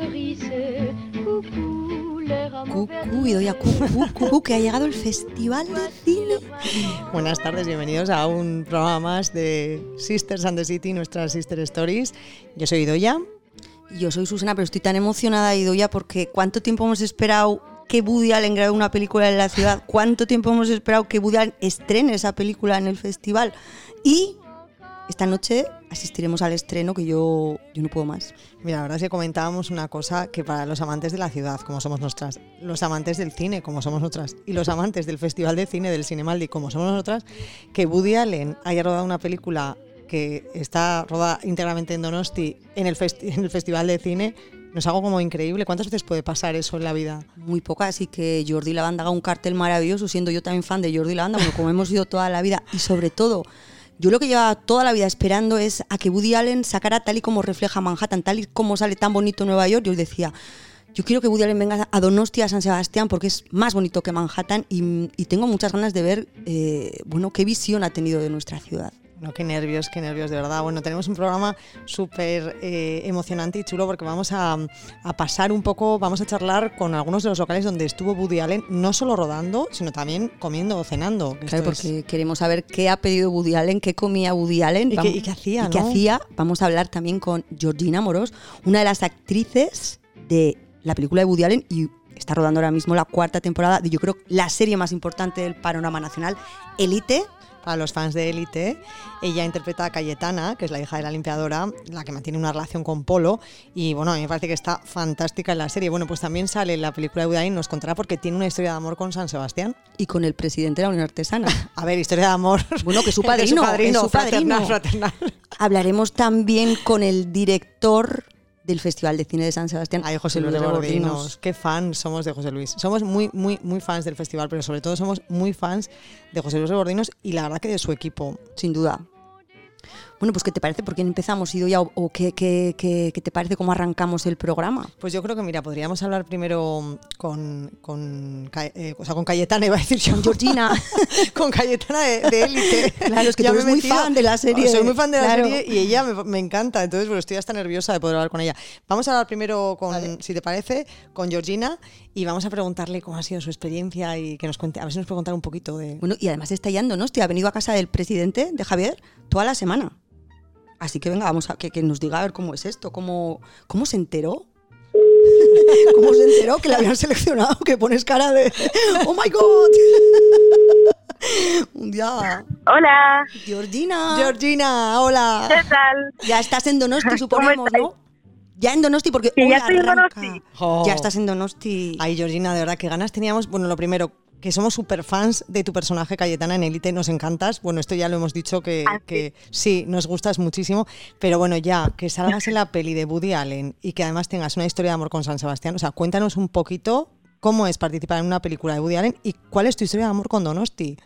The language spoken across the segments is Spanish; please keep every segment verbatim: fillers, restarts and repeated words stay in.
Cucú, Idoia, cucú, cucú, que ha llegado el Festival de Cine. Buenas tardes, bienvenidos a un programa más de Sisters and the City, nuestras Sister Stories. Yo soy Idoia. Yo soy Susana, pero estoy tan emocionada, Idoia, porque ¿cuánto tiempo hemos esperado que Woody Allen grabe una película en la ciudad? ¿Cuánto tiempo hemos esperado que Woody Allen estrene esa película en el festival? Y esta noche asistiremos al estreno, que yo, yo no puedo más. Mira, ahora sí comentábamos una cosa, que para los amantes de la ciudad, como somos nosotras, los amantes del cine, como somos nosotras, y los amantes del Festival de Cine del Cinemaldi, como somos nosotras, que Woody Allen haya rodado una película que está rodada íntegramente en Donosti, en el, festi- en el Festival de Cine, no es algo como increíble. ¿Cuántas veces puede pasar eso en la vida? Muy pocas, y que Jordi Lavanda haga un cartel maravilloso, siendo yo también fan de Jordi Lavanda, bueno, como hemos sido toda la vida, y sobre todo, yo lo que llevaba toda la vida esperando es a que Woody Allen sacara tal y como refleja Manhattan, tal y como sale tan bonito Nueva York. Yo decía, yo quiero que Woody Allen venga a Donosti, a San Sebastián, porque es más bonito que Manhattan, y, y tengo muchas ganas de ver, eh, bueno, qué visión ha tenido de nuestra ciudad. No, qué nervios, qué nervios, de verdad. Bueno, tenemos un programa súper eh, emocionante y chulo, porque vamos a, a pasar un poco, vamos a charlar con algunos de los locales donde estuvo Woody Allen, no solo rodando, sino también comiendo o cenando. Claro, porque es... queremos saber qué ha pedido Woody Allen, qué comía Woody Allen. ¿Y, vamos, qué, y qué hacía, y ¿no? qué hacía. Vamos a hablar también con Georgina Moros, una de las actrices de la película de Woody Allen, y está rodando ahora mismo la cuarta temporada de, yo creo, la serie más importante del panorama nacional, Élite. Para los fans de Élite, ella interpreta a Cayetana, que es la hija de la limpiadora, la que mantiene una relación con Polo, y bueno, a mí me parece que está fantástica en la serie. Bueno, pues también sale en la película de Woody Allen, nos contará porque tiene una historia de amor con San Sebastián. Y con el presidente de la Unión Artesana. A ver, historia de amor. Bueno, que su padrino, su padrino, es su padrino. Fraternal, fraternal. Hablaremos también con el director del Festival de Cine de San Sebastián. Ay, José Luis Rebordinos. Qué fans somos de José Luis. Somos muy, muy, muy fans del festival, pero sobre todo somos muy fans de José Luis Rebordinos y la verdad que de su equipo. Sin duda. Bueno, pues ¿qué te parece? ¿Por qué empezamos, Idoia? ¿O, o qué, qué, qué, qué te parece cómo arrancamos el programa? Pues yo creo que, mira, podríamos hablar primero con, con, eh, o sea, con Cayetana, iba a decir yo. Con Georgina. Con Cayetana de, de Élite. Claro, es que ya tú eres muy fan de la serie. Soy muy fan de la claro. serie y ella me, me encanta, entonces bueno, estoy hasta nerviosa de poder hablar con ella. Vamos a hablar primero, con, vale. si te parece, con Georgina, y vamos a preguntarle cómo ha sido su experiencia y que nos cuente, a ver si nos puede contar un poquito de... Bueno, y además está yendo, ¿no? Hostia, ha venido a casa del presidente, de Javier, toda la semana. Así que venga, vamos a que, que nos diga a ver cómo es esto, cómo, cómo se enteró. ¿Cómo se enteró que le habían seleccionado? Que pones cara de ¡oh my God! Un día... Hola. Georgina. Georgina, hola. ¿Qué tal? Ya estás en Donosti, suponemos, ¿no? Ya en Donosti, porque sí, hoy ya estoy arranca. en Donosti. Oh. Ya estás en Donosti. Ay, Georgina, de verdad, qué ganas teníamos. Bueno, lo primero, que somos súper fans de tu personaje Cayetana en Élite, nos encantas. Bueno, esto ya lo hemos dicho que, ¿Ah, sí? que sí, nos gustas muchísimo, pero bueno, ya que salgas en la peli de Woody Allen y que además tengas una historia de amor con San Sebastián, o sea, cuéntanos un poquito cómo es participar en una película de Woody Allen y cuál es tu historia de amor con Donosti.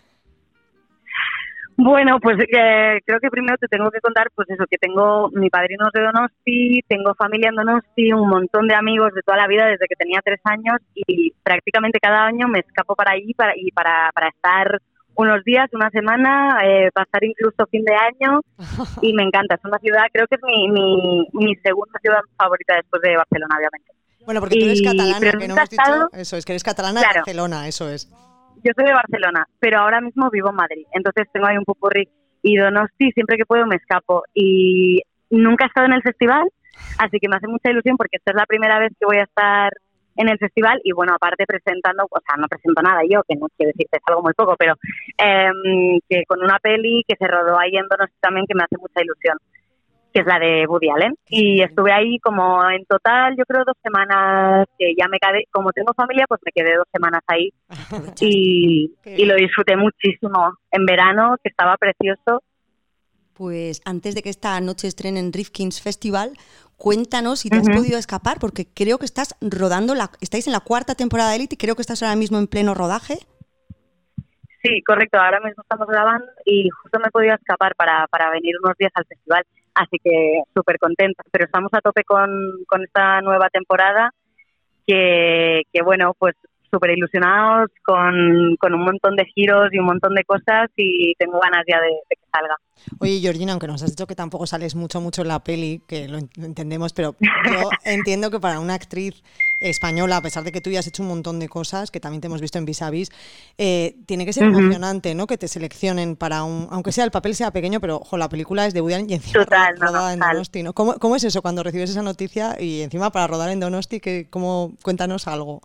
Bueno, pues eh, creo que primero te tengo que contar, pues eso, que tengo mi padrino de Donosti, tengo familia en Donosti, un montón de amigos de toda la vida desde que tenía tres años y prácticamente cada año me escapo para allí para, y para, para estar unos días, una semana, eh, pasar incluso fin de año y me encanta. Es una ciudad, creo que es mi, mi, mi segunda ciudad favorita después de Barcelona, obviamente. Bueno, porque tú eres y, catalana, que no hemos estado, dicho, eso es, que eres catalana claro, de Barcelona, eso es. Yo soy de Barcelona, pero ahora mismo vivo en Madrid, entonces tengo ahí un popurrí y Donosti siempre que puedo me escapo y nunca he estado en el festival, así que me hace mucha ilusión porque esta es la primera vez que voy a estar en el festival y bueno, aparte presentando, o sea, no presento nada yo, que no quiero decirte, es algo muy poco, pero eh, que con una peli que se rodó ahí en Donosti también que me hace mucha ilusión, que es la de Woody Allen, y estuve ahí como en total, yo creo dos semanas, que ya me quedé, como tengo familia, pues me quedé dos semanas ahí y, y lo disfruté muchísimo en verano, que estaba precioso. Pues antes de que esta noche estrenen Rifkin's Festival, cuéntanos si te has uh-huh. podido escapar, porque creo que estás rodando, la, estáis en la cuarta temporada de Élite, creo que estás ahora mismo en pleno rodaje. Sí, correcto, ahora mismo estamos grabando y justo me he podido escapar para, para venir unos días al festival, así que súper contenta, pero estamos a tope con, con esta nueva temporada que, que, bueno, pues súper ilusionados con, con un montón de giros y un montón de cosas y tengo ganas ya de, de que salga. Oye, Georgina, aunque nos has dicho que tampoco sales mucho, mucho en la peli, que lo entendemos, pero yo entiendo que para una actriz española, a pesar de que tú ya has hecho un montón de cosas, que también te hemos visto en Vis a Vis, eh, tiene que ser uh-huh. emocionante, ¿no? Que te seleccionen para un... Aunque sea el papel sea pequeño, pero ojo, la película es de Woody Allen y encima Total, rodada no, en total. Donosti, ¿no? ¿Cómo, ¿Cómo es eso cuando recibes esa noticia y encima para rodar en Donosti? Que, ¿cómo? Cuéntanos algo.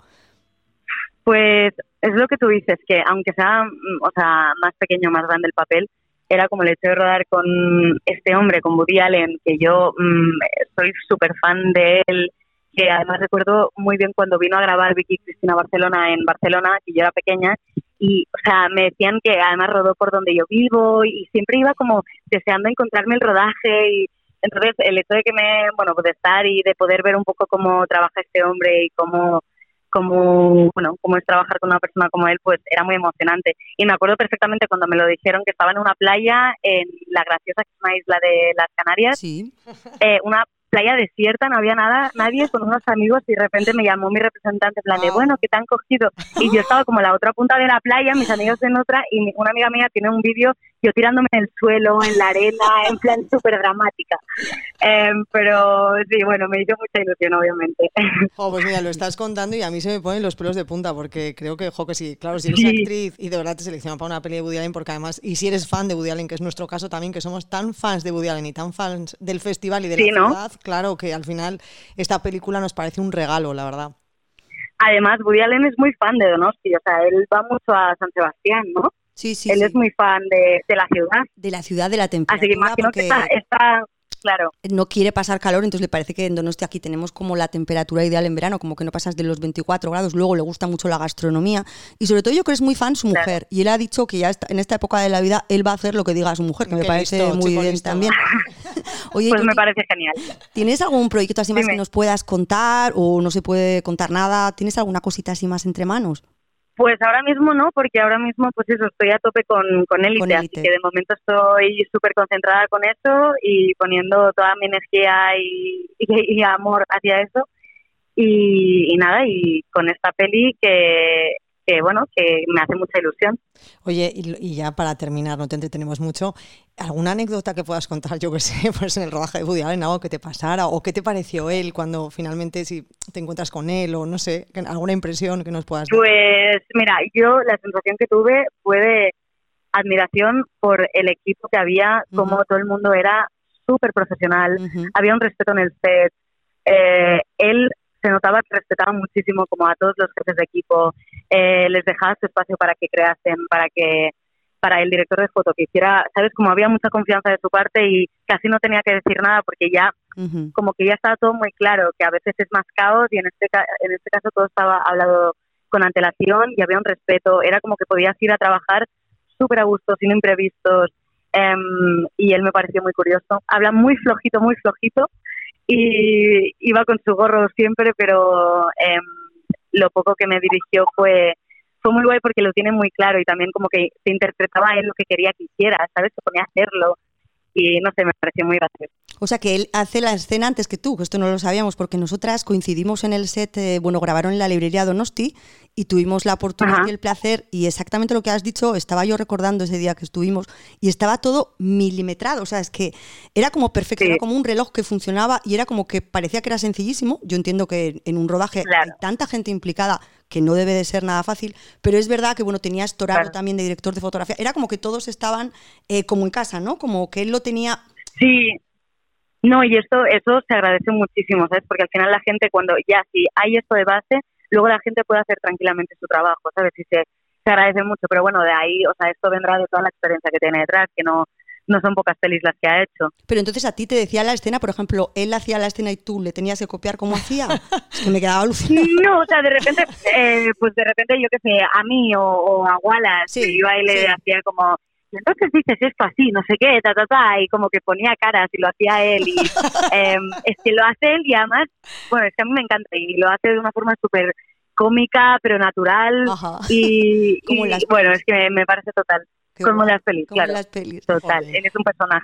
Pues es lo que tú dices, que aunque sea, o sea, más pequeño, más grande el papel, era como el hecho de rodar con este hombre, con Woody Allen, que yo mmm, soy súper fan de él, que además recuerdo muy bien cuando vino a grabar Vicky Cristina Barcelona en Barcelona, que yo era pequeña, y o sea, me decían que además rodó por donde yo vivo y siempre iba como deseando encontrarme el rodaje y entonces el hecho de que me, bueno, pues de estar y de poder ver un poco cómo trabaja este hombre y cómo como bueno como es trabajar con una persona como él, pues era muy emocionante. Y me acuerdo perfectamente cuando me lo dijeron que estaba en una playa en La Graciosa, que es una isla de las Canarias, sí. eh, una playa desierta, no había nada, nadie, con unos amigos, y de repente me llamó mi representante en plan de, bueno, ¿qué te han cogido? Y yo estaba como en la otra punta de la playa, mis amigos en otra, y una amiga mía tiene un vídeo yo tirándome en el suelo, en la arena, en plan súper dramática. Eh, pero sí, bueno, me hizo mucha ilusión, obviamente. Oh, pues mira, lo estás contando y a mí se me ponen los pelos de punta, porque creo que, jo, que sí, claro, si eres sí. actriz y de verdad te seleccionan para una peli de Woody Allen, porque además, y si eres fan de Woody Allen, que es nuestro caso también, que somos tan fans de Woody Allen y tan fans del festival y de sí, la ¿no? ciudad, claro que al final esta película nos parece un regalo, la verdad. Además, Woody Allen es muy fan de Donosti, o sea, él va mucho a San Sebastián, ¿no? Sí, sí, Él sí. es muy fan de, de la ciudad. De la ciudad, de la temperatura. Así que imagino que está, está, claro. No quiere pasar calor, entonces le parece que en Donosti aquí tenemos como la temperatura ideal en verano, como que no pasas de los veinticuatro grados. Luego le gusta mucho la gastronomía y sobre todo yo creo que es muy fan su mujer. Claro. Y él ha dicho que ya está, en esta época de la vida él va a hacer lo que diga su mujer, que Qué me parece listo, muy bien listo. También. Oye, pues me parece genial. ¿Tienes algún proyecto así más Dime. que nos puedas contar o no se puede contar nada? ¿Tienes alguna cosita así más entre manos? Pues ahora mismo no, porque ahora mismo pues eso, estoy a tope con, con Élite, así que de momento estoy súper concentrada con eso y poniendo toda mi energía y, y, y amor hacia eso. Y, y nada, y con esta peli que, que, bueno, que me hace mucha ilusión. Oye, y, y ya para terminar, no te entretenemos mucho, ¿alguna anécdota que puedas contar, yo que sé, pues en el rodaje de Woody Allen, algo que te pasara, o qué te pareció él cuando finalmente, si te encuentras con él, o no sé, alguna impresión que nos puedas dar? Pues mira, yo la sensación que tuve fue de admiración por el equipo que había, uh-huh. como todo el mundo era súper profesional, uh-huh. había un respeto en el set, eh, él se notaba que respetaba muchísimo como a todos los jefes de equipo, eh, les dejaba su espacio para que creasen, para que para el director de foto que hiciera, sabes, como había mucha confianza de su parte y casi no tenía que decir nada porque ya, uh-huh. como que ya estaba todo muy claro, que a veces es más caos y en este en este caso todo estaba hablado con antelación y había un respeto, era como que podías ir a trabajar súper a gusto, sin imprevistos, um, y él me pareció muy curioso, habla muy flojito, muy flojito, y iba con su gorro siempre, pero eh, lo poco que me dirigió fue fue muy guay porque lo tiene muy claro y también como que se interpretaba a él lo que quería que hiciera, ¿sabes? Se ponía a hacerlo y no sé, me pareció muy gracioso. O sea que él hace la escena antes que tú, que esto no lo sabíamos porque nosotras coincidimos en el set, eh, bueno, grabaron en la librería Donosti y tuvimos la oportunidad Ajá. y el placer y exactamente lo que has dicho, estaba yo recordando ese día que estuvimos y estaba todo milimetrado, o sea, es que era como perfecto, sí. era como un reloj que funcionaba y era como que parecía que era sencillísimo. Yo entiendo que en un rodaje claro. hay tanta gente implicada que no debe de ser nada fácil, pero es verdad que bueno, tenías Toraro claro. también de director de fotografía, era como que todos estaban eh, como en casa, ¿no? Como que él lo tenía... Sí, no, y esto eso se agradece muchísimo, ¿sabes? Porque al final la gente cuando ya si hay esto de base, luego la gente puede hacer tranquilamente su trabajo, ¿sabes? Y se, se agradece mucho, pero bueno, de ahí, o sea, esto vendrá de toda la experiencia que tiene detrás, que no... no son pocas pelis las que ha hecho. Pero entonces a ti te decía la escena, por ejemplo, él hacía la escena y tú le tenías que copiar cómo hacía. Es que me quedaba alucinada. No, o sea, de repente, eh, pues de repente yo qué sé, a mí o, o a Wallace, sí, yo ahí le sí. hacía como, entonces dices esto así, no sé qué, ta, ta, ta, y como que ponía caras y lo hacía él. Y eh, es que lo hace él y además, bueno, es que a mí me encanta y lo hace de una forma súper cómica, pero natural. Ajá. Y, como y las bueno, es que me, me parece total. Qué como guay. las pelis, como claro. las pelis. Total, Joder. él es un personaje.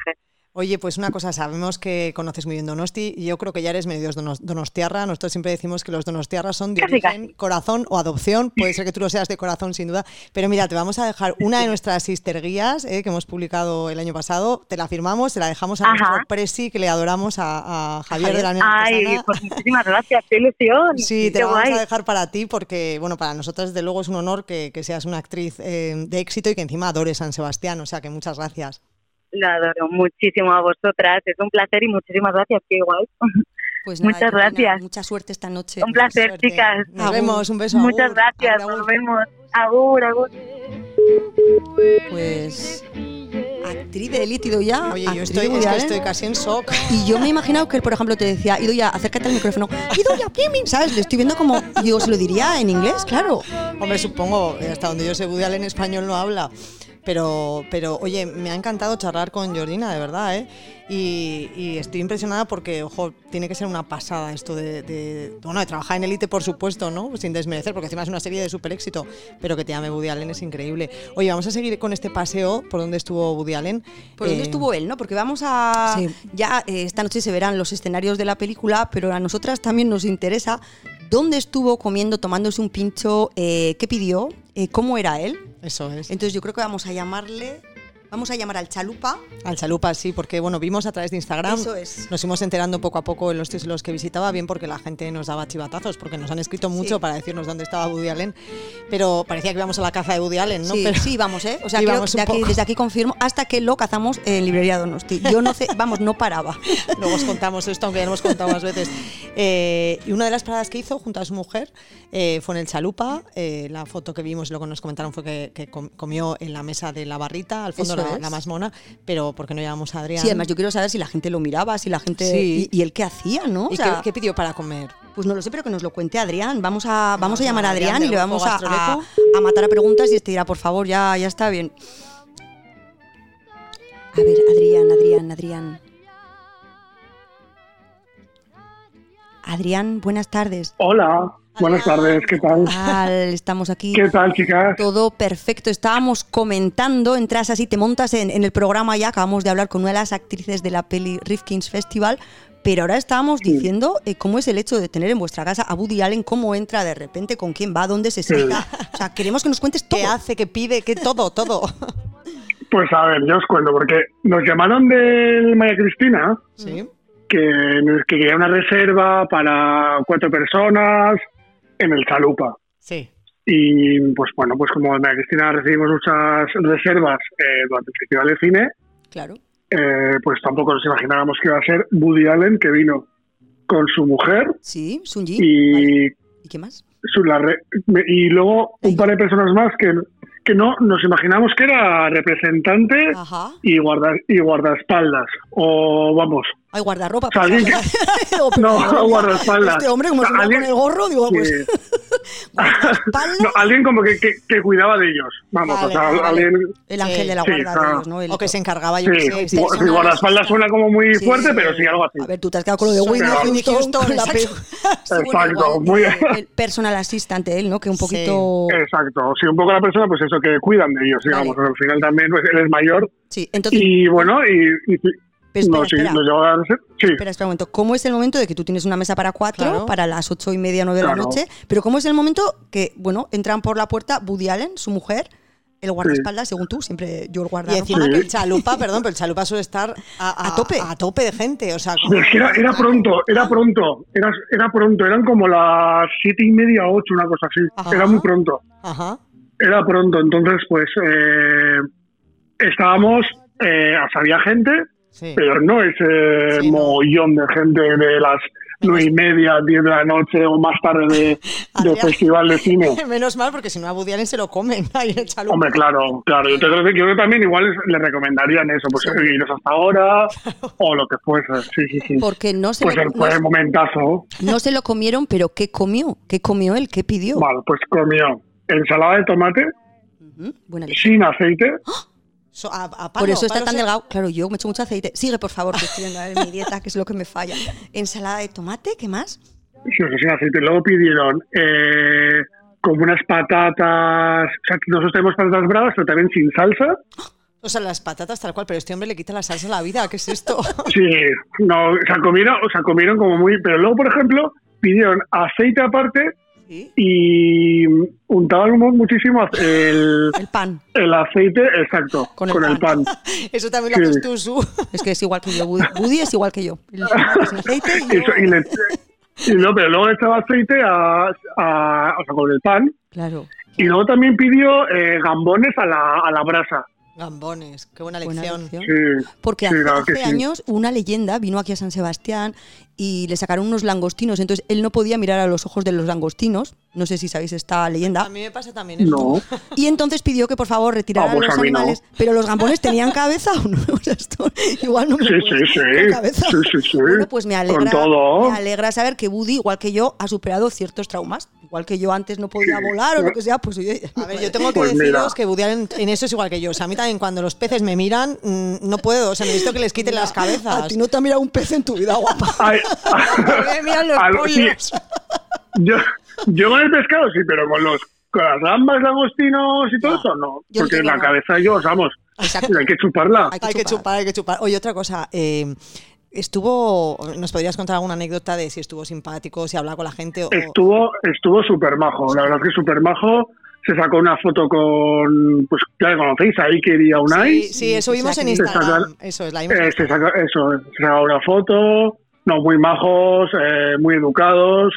Oye, pues una cosa, sabemos que conoces muy bien Donosti y yo creo que ya eres medio donos, donostiarra. Nosotros siempre decimos que los donostiarras son de Casi, origen, casi. corazón o adopción. Puede ser que tú lo seas de corazón, sin duda. Pero mira, te vamos a dejar una de nuestras sister guías eh, que hemos publicado el año pasado. Te la firmamos, te la dejamos a Ajá. nuestro presi que le adoramos a, a Javier de la Unión Ay, Artesana. pues muchísimas gracias, qué ilusión. Sí, te qué la vamos guay. a dejar para ti porque, bueno, para nosotros desde luego es un honor que, que seas una actriz eh, de éxito y que encima adores San Sebastián. O sea que muchas gracias. Lo adoro muchísimo a vosotras, es un placer y muchísimas gracias, qué guay. Pues nada, Muchas Georgina, gracias. Mucha suerte esta noche. Un placer, Suerte. chicas. Nos Agur. vemos, un beso. Muchas agur. gracias, Agur, agur. nos vemos. Agur, agur. Pues actriz de élite, Idoia. Oye, yo actriz estoy, de es que Woody estoy Allen. casi en shock. Y yo me he imaginado que él, por ejemplo, te decía, Idoia, acércate al micrófono. Idoia, Pimin, ¿sabes? Le estoy viendo como, y digo, ¿se lo diría en inglés? Claro. Hombre, supongo, hasta donde yo sé, Woody Allen en español no habla. Pero, pero, oye, me ha encantado charlar con Georgina, de verdad, ¿eh? Y, y estoy impresionada porque, ojo, tiene que ser una pasada esto de, de bueno, de trabajar en élite, por supuesto, ¿no? Sin desmerecer, porque encima es una serie de súper éxito, pero que te llame Woody Allen es increíble. Oye, vamos a seguir con este paseo por donde estuvo Woody Allen. ¿Por dónde Eh, estuvo él, no? Porque vamos a... Sí. Ya eh, esta noche se verán los escenarios de la película, pero a nosotras también nos interesa dónde estuvo comiendo, tomándose un pincho, eh, qué pidió, eh, cómo era él. Eso es. Entonces yo creo que vamos a llamarle... Vamos a llamar al Chalupa. Al Chalupa, sí, porque bueno, vimos a través de Instagram, Eso es. nos fuimos enterando poco a poco en los sitios en los que visitaba, bien porque la gente nos daba chivatazos, porque nos han escrito mucho Sí. para decirnos dónde estaba Woody Allen, pero parecía que íbamos a la caza de Woody Allen, ¿no? Sí, Pero sí, vamos, ¿eh? O sea, Sí, creo vamos que un de aquí- poco. desde aquí confirmo, hasta que lo cazamos en librería Donosti. Yo no sé, vamos, no paraba. luego os contamos esto, aunque ya lo hemos contado más veces. Eh, y una de las paradas que hizo junto a su mujer eh, fue en el Chalupa. Eh, la foto que vimos y luego nos comentaron fue que, que com- comió en la mesa de la barrita, al fondo Eso la, es. la más mona, pero porque no llevamos a Adrián. Sí, además yo quiero saber si la gente lo miraba, si la gente... Sí. Y, y él qué hacía, ¿no? O ¿Y sea, qué, qué pidió para comer? pues no lo sé, pero que nos lo cuente Adrián. Vamos a, vamos a a llamar a Adrián Adrián y del le Grupo vamos a, a, Gastrolecu. a matar a preguntas y este dirá, por favor, ya, ya está bien. A ver, Adrián, Adrián, Adrián. Adrián, buenas tardes. Hola, buenas tardes, ¿qué tal? Tal, estamos aquí. ¿Qué tal, chicas? Todo perfecto. Estábamos comentando, entras así, te montas en, en el programa ya, acabamos de hablar con una de las actrices de la peli Rifkin's Festival, pero ahora estábamos diciendo eh, cómo es el hecho de tener en vuestra casa a Woody Allen, cómo entra de repente, con quién va, dónde se sienta. O sea, queremos que nos cuentes todo. ¿Qué hace? ¿Qué pide? ¿Qué todo? Todo. Pues a ver, yo os cuento, porque nos llamaron del María Cristina, Sí. que, que quería una reserva para cuatro personas en el Chalupa. Sí. Y pues bueno, pues como en María Cristina recibimos muchas reservas eh, durante el Festival de Cine, Claro. eh, pues tampoco nos imaginábamos que iba a ser Woody Allen, que vino con su mujer Sí, Sunji. y, Vale. ¿Y qué más? su, la re- y luego un par de personas más que, que no nos imaginamos que era representante Ajá. y, guarda, y guardaespaldas, o vamos, Ay, guardarropa. O sea, alguien que- Digo, pero no, bueno, guardaespaldas. Este hombre, como O sea, se va alguien- con el gorro, digo, pues... Sí. guardaespaldas. No, alguien como que, que, que cuidaba de ellos, vamos, Vale, o sea, ah, vale. alguien... El ángel Sí, de la sí, guarda claro. de Dios, ¿no? El- O que se encargaba, yo Sí, qué sé. gu- esta sí, persona- guardaespaldas suena como muy Sí, fuerte, sí. pero sí, algo así. A ver, tú te has quedado con lo de Soy Whitney Whitney Houston, Houston, la exacto. pe- Exacto, Bueno, igual, muy- el, el personal assistant, él, ¿no? Que un Sí. poquito... Exacto, sí, un poco la persona, pues eso, que cuidan de ellos, digamos, Vale. al final también pues, él es mayor, Sí, entonces... y bueno, y... y Pero espera, no, sí, espera. nos llegó a dar... Sí, Espera, espera un momento. ¿Cómo es el momento de que tú tienes una mesa para cuatro, Claro. para las ocho y media, nueve de la Claro. noche? Pero ¿cómo es el momento que, bueno, entran por la puerta Woody Allen, su mujer, el guardaespaldas, según tú, siempre yo el Y guardarropa. encima Sí. que el Chalupa, perdón, pero el Chalupa suele estar a, a- A tope. a tope de gente. O sea, pero es que era, era pronto, era pronto, era, era pronto, eran como las siete y media, ocho, una cosa así, Ajá. era muy pronto. Ajá. Era pronto, entonces pues eh, estábamos, eh, o sea, había gente, Sí. pero no ese Sí, no. mogollón de gente de las nueve y media, diez de la noche o más tarde de, de Adrián. festival de cine. Menos mal, porque si no a Woody Allen se lo comen ahí en el Chalupa. Hombre, claro, claro. Yo, te creo que, yo creo que también igual es- le recomendarían eso, pues iros hasta ahora o lo que fuese. Sí, sí, sí. Porque no se, Pues lo, el, no, fue el momentazo. no se lo comieron, pero ¿qué comió? ¿Qué comió él? ¿Qué pidió? Vale, pues comió ensalada de tomate Ujú, buena leche. sin aceite. So- a- a Por palo, eso está palo tan se- delgado. Claro, yo me echo mucho aceite. Sigue, por favor, que estoy viendo a ver mi dieta, que es lo que me falla. Ensalada de tomate, ¿qué más? Sí, o sea, sin aceite. Luego pidieron eh, como unas patatas. O sea, nosotros tenemos patatas bravas, pero también sin salsa. O sea, las patatas tal cual, pero este hombre le quita la salsa a la vida, ¿qué es esto? Sí, no, o sea, comieron, o sea, comieron como muy... Pero luego, por ejemplo, pidieron aceite aparte ¿Sí? y untaban muchísimo el, El pan. el aceite, exacto, Con con el el pan. Eso también lo Sí. haces tú, Su. Es que es igual que yo. Woody, Woody es igual que yo. El tomate sin aceite y yo... Eso, y, le, y no, pero luego le echaba aceite a, a, o sea, con el pan. Claro. Y luego también pidió eh, gambones a la, a la brasa. Gambones, qué buena Buena lección. lección. Sí, Porque sí, hace, claro que hace sí. años una leyenda vino aquí a San Sebastián y le sacaron unos langostinos, entonces él no podía mirar a los ojos de los langostinos, no sé si sabéis esta leyenda, A mí me pasa también eso. No. y entonces pidió que por favor retiraran Ah, pues los a mí no. animales, pero los gambones tenían cabeza o no, o sea, esto, igual no me Sí, lo sí, puedes sí. con cabeza. Sí, sí, sí. Bueno, pues me alegra, Con todo. me alegra saber que Woody, igual que yo, ha superado ciertos traumas, igual que yo antes no podía Sí. volar o lo que sea, pues oye, A ver, yo tengo que Pues deciros mira. que Woody Allen en eso es igual que yo. O sea, a mí también cuando los peces me miran, mmm, no puedo. O sea, necesito que les quiten las a cabezas. ti no te ha mirado un pez en tu vida, guapa. Ay, Me miran los a lo- sí. pollos. yo, yo con el pescado sí, pero con los con las gambas, langostinos y todo Ya. eso no. Yo no Porque tengo la nada. cabeza yo, vamos, Exacto. hay que chuparla. Hay que Hay que chupar. chupar, hay que chupar. Oye, otra cosa. eh, estuvo, ¿nos podrías contar alguna anécdota de si estuvo simpático, si hablaba con la gente? O... Estuvo estuvo súper majo, la verdad es que súper majo. Se sacó una foto con, pues ya conocéis, a Iker y a Unai. Sí, sí, eso Sí, vimos sí, en sí. Instagram. Eso es la vimos en Eh, se Instagram. saca, eso, se sacó una foto, no, muy majos, eh, muy educados,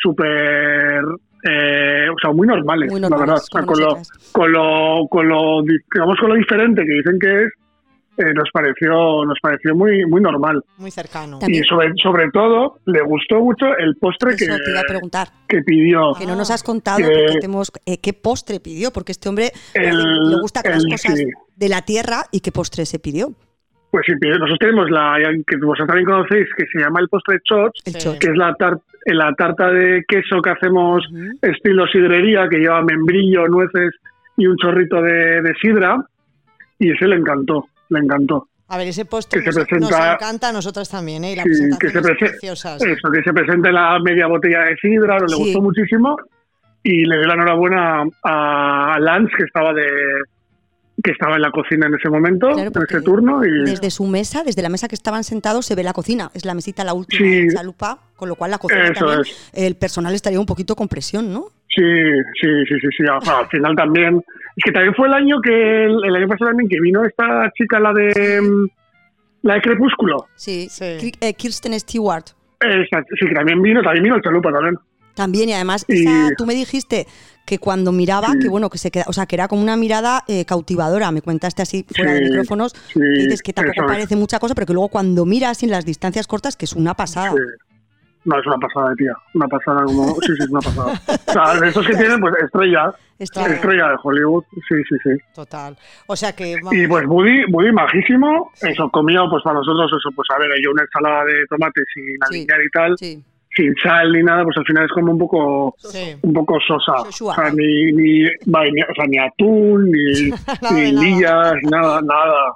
súper, eh, o sea, muy normales, Muy la normales, verdad. O sea, como con, lo, nosotras. con lo, con lo, di- digamos, con lo diferente que dicen que es, eh, nos pareció, nos pareció muy, muy normal. Muy cercano. También- Y sobre, sobre todo, le gustó mucho el postre que, Eso te iba a preguntar. que pidió. Que no nos has contado Que- porque te hemos- eh, qué postre pidió, porque este hombre El- le gusta que las el- cosas sí. de la tierra y qué postre se pidió. Pues sí, pidió- nosotros tenemos la que vosotros también conocéis, que se llama el postre Chots, El Sí. chocho. que es la, tar- la tarta de queso que hacemos Ujú. estilo sidrería, que lleva membrillo, nueces y un chorrito de, de sidra, y ese le encantó, le encantó. A ver, ese postre Que se nos, presenta- nos encanta a nosotras también, ¿eh? Y la Sí, presentación que se es prese- preciosas. Eso, que se presente la media botella de sidra, le Sí. gustó muchísimo, y le dio la enhorabuena a Lance, que estaba de que estaba en la cocina en ese momento, Claro, en porque ese turno, y Desde su mesa, desde la mesa que estaban sentados, se ve la cocina. Es la mesita, la última Sí. en chalupa, con lo cual la cocina Eso también, es. el personal estaría un poquito con presión, ¿no? Sí, sí, sí, sí, sí. O sea, al final también. Es que también fue el año que el, el año pasado también que vino esta chica, la de mm, la de Crepúsculo. Sí. Sí. Kir- eh, Kirsten Stewart. Esa, sí, que también vino, también vino el Chalupa también. También, y además, Y- esa- tú me dijiste que cuando miraba, Sí. que bueno, que se queda, o sea, que era como una mirada eh, cautivadora, me contaste así fuera de Sí, micrófonos, sí, que dices que tampoco eso es. parece mucha cosa, pero que luego cuando miras en las distancias cortas, que es una pasada. Sí. No, es una pasada, tía. Una pasada como. Sí, sí, es una pasada. O sea, de estos que tienen, pues estrella. Estrella. Estrella de Hollywood. Sí, sí, sí. Total. O sea que... vamos, Y pues Woody, Woody majísimo. Eso, comió, pues para nosotros, eso, pues a ver, yo una ensalada de tomate sin Sí. alinear y tal, Sí. sin sal ni nada, pues al final es como un poco. sí. un poco sosa. Soshua. O sea, ni, ni, vale, ni- o sea, ni atún, ni, Nada ni de nada. guindillas, nada, nada.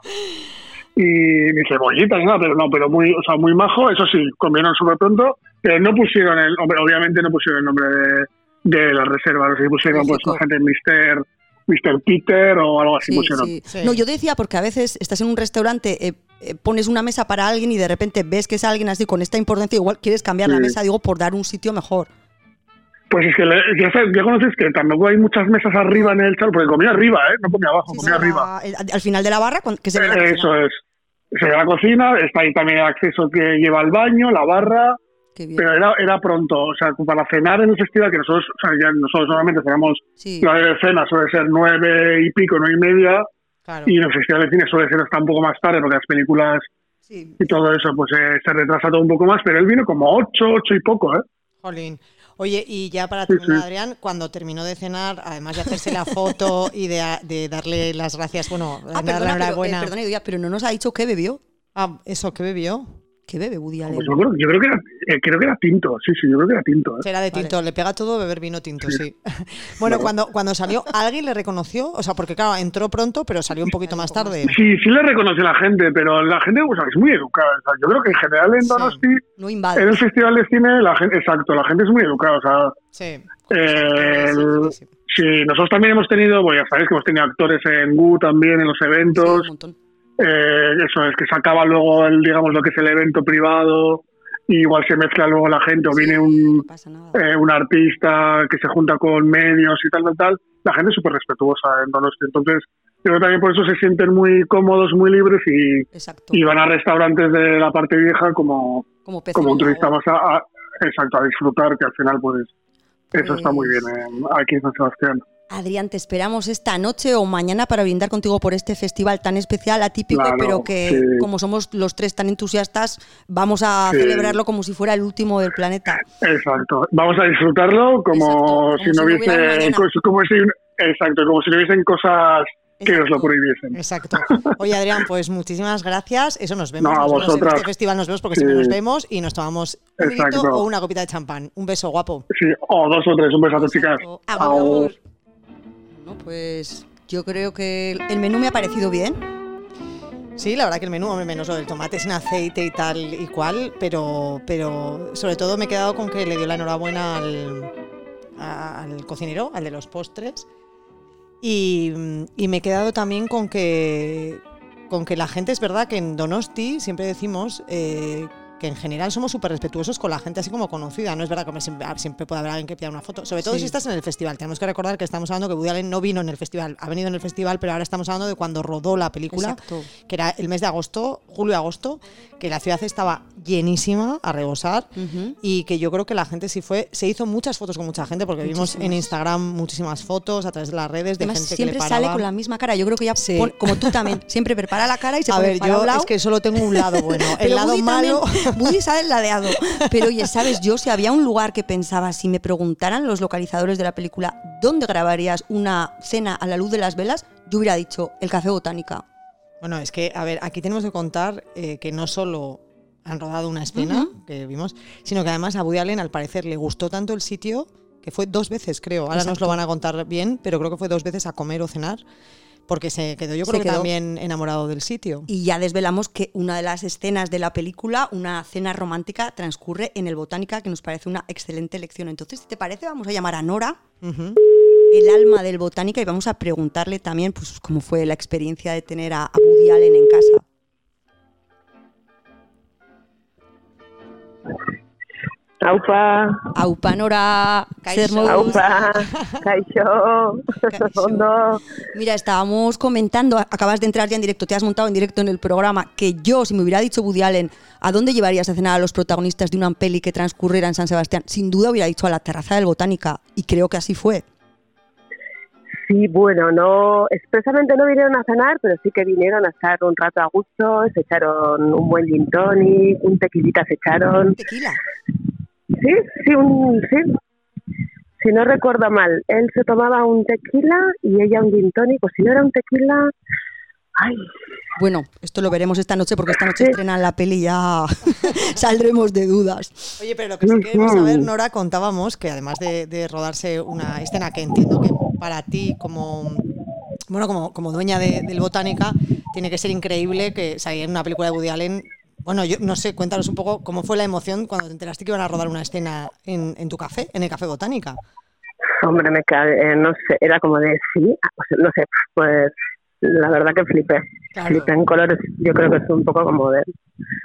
Y ni cebollita, ni nada, pero no, pero muy, o sea, muy majo. Eso sí, comieron súper pronto, pero no pusieron el nombre, obviamente no pusieron el nombre de, de la reserva, no sé si pusieron pues Lógico. la gente mister mister Peter o algo así Sí, pusieron. sí. Sí. No, yo decía porque a veces estás en un restaurante, eh, eh, pones una mesa para alguien y de repente ves que es alguien así con esta importancia, igual quieres cambiar la Sí. mesa, digo, por dar un sitio mejor. Pues es que le- ya, sabes, ya conoces que tampoco hay muchas mesas arriba en el chal, porque comía arriba, ¿eh? No comía abajo, Sí, comía sí, arriba. la- el- al final de la barra, con- que se ve la Eso cocina. es. Se ve la cocina, está ahí también el acceso que lleva al baño, la barra, Qué bien. pero era, era pronto. O sea, para cenar en el festival, que nosotros, o sea, ya nosotros normalmente cenamos, Sí. la de cena suele ser nueve y pico, nueve y media, Claro. y en el festival de cine suele ser hasta un poco más tarde, porque las películas Sí. y todo eso, pues eh, se retrasa todo un poco más, pero él vino como ocho, ocho y poco, ¿eh? Jolín. Oye, y ya para Sí, terminar, sí. Adrián, cuando terminó de cenar, además de hacerse la foto y de, de darle las gracias, bueno, Ah, darle la perdona, pero, eh, enhorabuena. perdona, Idoia, pero no nos ha dicho qué bebió. Ah, eso, ¿qué bebió? ¿Qué bebe Woody Allen? Pues yo creo, yo creo que era, eh, creo que era tinto, sí, sí, yo creo que era tinto. ¿eh? Será de tinto, vale. Le pega todo beber vino tinto, sí. sí. Bueno, claro. cuando, cuando salió, ¿alguien le reconoció? O sea, porque claro, entró pronto, pero salió un poquito más tarde. Sí, sí le reconoció la gente, pero la gente, o sea, es muy educada. O sea, yo creo que en general en Donosti, sí. no en el Festival de Cine, la gente, exacto, la gente es muy educada, o sea... Sí. Eh, el, sí, sí, nosotros también hemos tenido, pues ya sabéis que hemos tenido actores en G U también, en los eventos. Sí, un montón. Eh, eso es que se acaba luego el, digamos, lo que es el evento privado y igual se mezcla luego la gente o viene un, no eh, un artista que se junta con medios y tal, tal, tal. La gente es súper respetuosa en Donosti. Entonces, yo creo que también por eso se sienten muy cómodos, muy libres y, y van a restaurantes de la parte vieja como, como, como un turista más a, a, exacto, a disfrutar, que al final pues, pues eso está muy bien eh, aquí en San Sebastián. Adrián, te esperamos esta noche o mañana para brindar contigo por este festival tan especial, atípico, claro, pero que sí. como somos los tres tan entusiastas, vamos a sí. celebrarlo como si fuera el último del planeta. Exacto, vamos a disfrutarlo como, exacto, si, como si no hubiese, como si, exacto, como si no hubiesen cosas que os lo prohibiesen. Exacto. Oye, Adrián, pues muchísimas gracias. Eso nos vemos. No, a nos vosotras. En este festival nos vemos porque sí. siempre nos vemos y nos tomamos un vinito o una copita de champán. Un beso, guapo. Sí, o dos o tres. Un besazo, chicas. Chao. No, pues yo creo que el menú me ha parecido bien. Sí, la verdad que el menú, hombre, menos lo del tomate sin aceite y tal y cual, pero, pero sobre todo me he quedado con que le dio la enhorabuena al, al cocinero, al de los postres. Y, y me he quedado también con que, con que la gente, es verdad que en Donosti siempre decimos eh, que en general somos súper respetuosos con la gente así como conocida. No es verdad que siempre, siempre puede haber alguien que pida una foto, sobre todo sí. si estás en el festival. Tenemos que recordar que estamos hablando que Woody Allen no vino en el festival, ha venido en el festival, pero ahora estamos hablando de cuando rodó la película, exacto. que era el mes de agosto, julio-agosto, que la ciudad estaba llenísima a rebosar uh-huh. y que yo creo que la gente sí fue, se hizo muchas fotos con mucha gente porque muchísimas. Vimos en Instagram muchísimas fotos a través de las redes de además, gente que le paraba. Siempre sale con la misma cara, yo creo que ya sí. pon, como tú también, siempre prepara la cara y se a pone ver, para yo un lado. Es que solo tengo un lado bueno, el lado Woody malo. Woody sale ladeado, pero oye, sabes, yo si había un lugar que pensaba, si me preguntaran los localizadores de la película ¿dónde grabarías una cena a la luz de las velas? Yo hubiera dicho el Café Botánica. Bueno, es que, a ver, aquí tenemos que contar eh, que no solo han rodado una escena uh-huh. que vimos, sino que además a Woody Allen al parecer le gustó tanto el sitio que fue dos veces, creo. Ahora exacto. nos lo van a contar bien, pero creo que fue dos veces a comer o cenar, porque se quedó yo creo se que quedó. también enamorado del sitio. Y ya desvelamos que una de las escenas de la película, una cena romántica, transcurre en el Botánica, que nos parece una excelente elección. Entonces, si te parece, vamos a llamar a Nora, uh-huh. el alma del Botánica, y vamos a preguntarle también pues, cómo fue la experiencia de tener a, a Woody Allen en casa. Aupa. Aupa, Nora. Kaixo. Aupa. Kaixo. Kaixo. Mira, estábamos comentando, acabas de entrar ya en directo, te has montado en directo en el programa, que yo, si me hubiera dicho Woody Allen, ¿a dónde llevarías a cenar a los protagonistas de una peli que transcurriera en San Sebastián? Sin duda hubiera dicho a la terraza del Botánica, y creo que así fue. Sí, bueno, no expresamente no vinieron a cenar, pero sí que vinieron a estar un rato a gusto, se echaron un buen gin tonic, un tequilita se echaron. ¿Un tequila? Sí, sí, un, sí. Si no recuerdo mal, él se tomaba un tequila y ella un gin tonic, o si no era un tequila... Ay. Bueno, esto lo veremos esta noche porque esta noche sí. estrenan la peli y ya saldremos de dudas. Oye, pero lo que sí queremos saber, Nora, contábamos que además de, de rodarse una escena que entiendo que para ti como bueno como, como dueña de, del Botánica tiene que ser increíble que salir en una película de Woody Allen. Bueno, yo no sé, cuéntanos un poco cómo fue la emoción cuando te enteraste que iban a rodar una escena en, en tu café, en el Café Botánica. Hombre, me cae, eh, no sé, era como de sí, no sé, pues la verdad que flipé. Claro. Flipé en colores, yo creo que es un poco como de...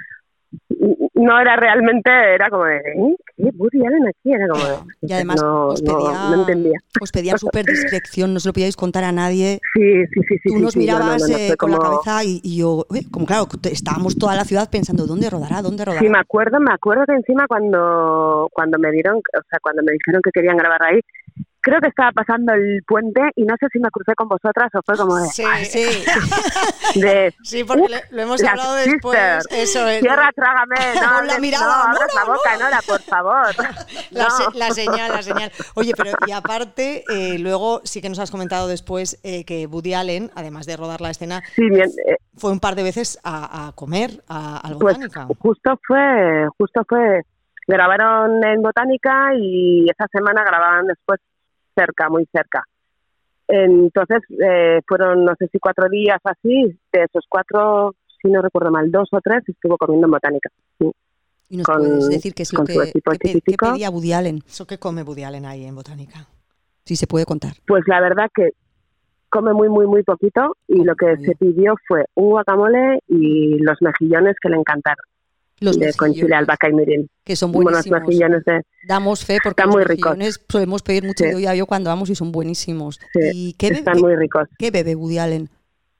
No era realmente, era como de, ¿eh? ¿Qué? Woody Allen aquí, era como de... Y además no, os pedía, no, no entendía. Os pedía súper discreción, no se lo podíais contar a nadie. Sí, sí, sí. sí Tú nos sí, mirabas no, no, no, eh, con como... la cabeza y, y yo, eh, como claro, estábamos toda la ciudad pensando, ¿dónde rodará? ¿Dónde rodará? Sí, me acuerdo, me acuerdo que encima cuando, cuando me dieron, o sea, cuando me dijeron que querían grabar ahí, creo que estaba pasando el puente y no sé si me crucé con vosotras o fue como de... Sí, sí. De, sí, porque uh, lo hemos hablado después. Eso es. Tierra, trágame. No, la mirada, no, no, abras no, la boca, no. Nora, por favor. La, no. se, la señal, la señal. Oye, pero y aparte, eh, luego sí que nos has comentado después eh, que Woody Allen, además de rodar la escena, sí, bien, eh, fue un par de veces a, a comer a, al Botánica. Pues justo fue, justo fue... Grabaron en Botánica y esa semana grababan después cerca, muy cerca. Entonces eh, fueron, no sé si cuatro días así, de esos cuatro, si no recuerdo mal, dos o tres estuvo comiendo en Botánica. Sí. ¿Y nos con, puedes decir qué es lo que, que, que pedía Woody Allen? ¿Eso qué come Woody Allen ahí en Botánica? Sí, se puede contar. Pues la verdad que come muy, muy, muy poquito y oh, lo que se pidió fue un guacamole y los mejillones que le encantaron. Los de, con chile, albahaca y mirin. Que son buenísimos. Unos mejillones de... Damos fe porque están los muy mejillones ricos. Podemos pedir mucho sí. yo ya yo cuando vamos y son buenísimos. Sí, ¿Y qué están bebe, muy ricos. ¿Qué bebe Woody Allen?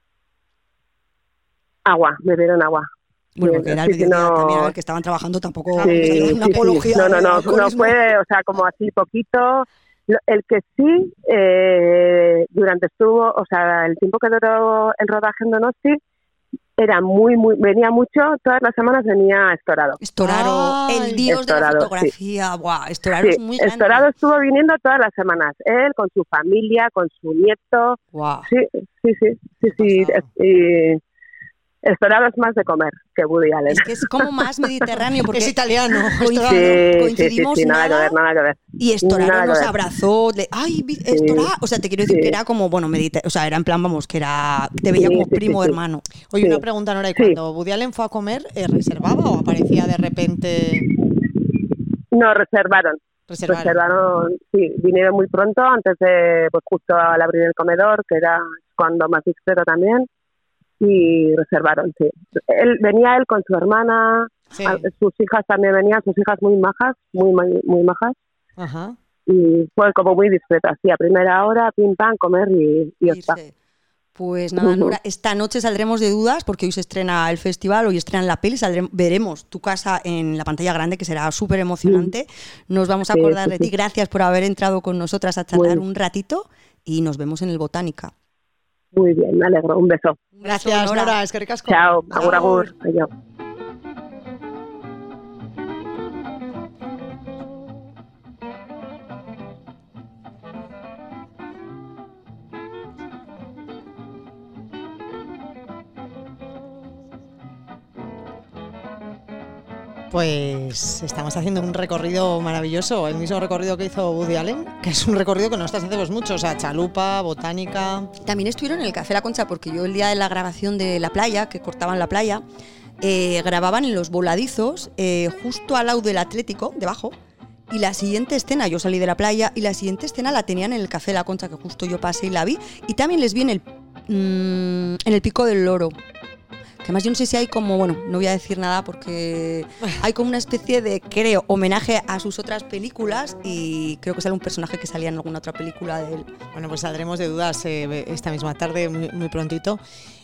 Agua, bebieron agua. Bueno, porque era el sí, mediodía no... también, a ver, que estaban trabajando tampoco sí, una sí, apología. Sí. No, no, no, no, no fue, o sea, como así poquito. El que sí, eh, durante estuvo, o sea, el tiempo que duró el rodaje en Donosti, era muy, muy, venía mucho, todas las semanas venía Estorado. Estoraro, el dios Estorado, de la fotografía, sí. Buah, Estoraro sí, es muy grande. Estorado estuvo viniendo todas las semanas, él con su familia, con su nieto. Wow. Sí, sí, sí, sí, sí. Y Estorado es más de comer que Woody Allen. Es que es como más mediterráneo porque es italiano. Coincidimos, sí, coincidimos sí, sí, sí, nada, nada, que ver, nada que ver. Y Estoraro nos abrazó, de, ay, Estoraro, o sea, te quiero decir sí. que era como, bueno, mediter- o sea, era en plan, vamos, que era, te veía sí, como sí, primo sí, hermano. Oye, sí. una pregunta, Nora, ¿y cuando Woody Allen fue a comer, eh, reservaba o aparecía de repente? No, reservaron. Reservaron. Reservaron, sí, vinieron muy pronto, antes de, pues justo al abrir el comedor, que era cuando más discreto también. Y reservaron, sí. Él venía él con su hermana, sí. a, sus hijas también venían, sus hijas muy majas, muy muy, muy majas. Ajá. Y fue como muy discreta, sí, a primera hora, pim pam, comer y, y está. Pues nada, Nora, esta noche saldremos de dudas porque hoy se estrena el festival, hoy estrenan la peli, saldremos, veremos tu casa en la pantalla grande, que será súper emocionante. Nos vamos a acordar sí, sí, de ti. Gracias por haber entrado con nosotras a charlar un ratito y nos vemos en el Botánica. Muy bien, me alegro. Un beso. Gracias, Nora. Nora. Es que ricasco. Chao. Agur, agur. Adiós. Pues estamos haciendo un recorrido maravilloso, el mismo recorrido que hizo Woody Allen, que es un recorrido que nosotros hacemos mucho, o sea, chalupa, botánica. También estuvieron en el Café La Concha, porque yo el día de la grabación de La Playa, que cortaban la playa, eh, grababan en los voladizos, eh, justo al lado del Atlético, debajo, y la siguiente escena, yo salí de la playa, y la siguiente escena la tenían en el Café La Concha, que justo yo pasé y la vi, y también les vi en el, mmm, en el Pico del Loro. Además yo no sé si hay como, bueno, no voy a decir nada porque hay como una especie de, creo, homenaje a sus otras películas y creo que sale un personaje que salía en alguna otra película de él. Bueno, pues saldremos de dudas eh, esta misma tarde, muy, muy prontito.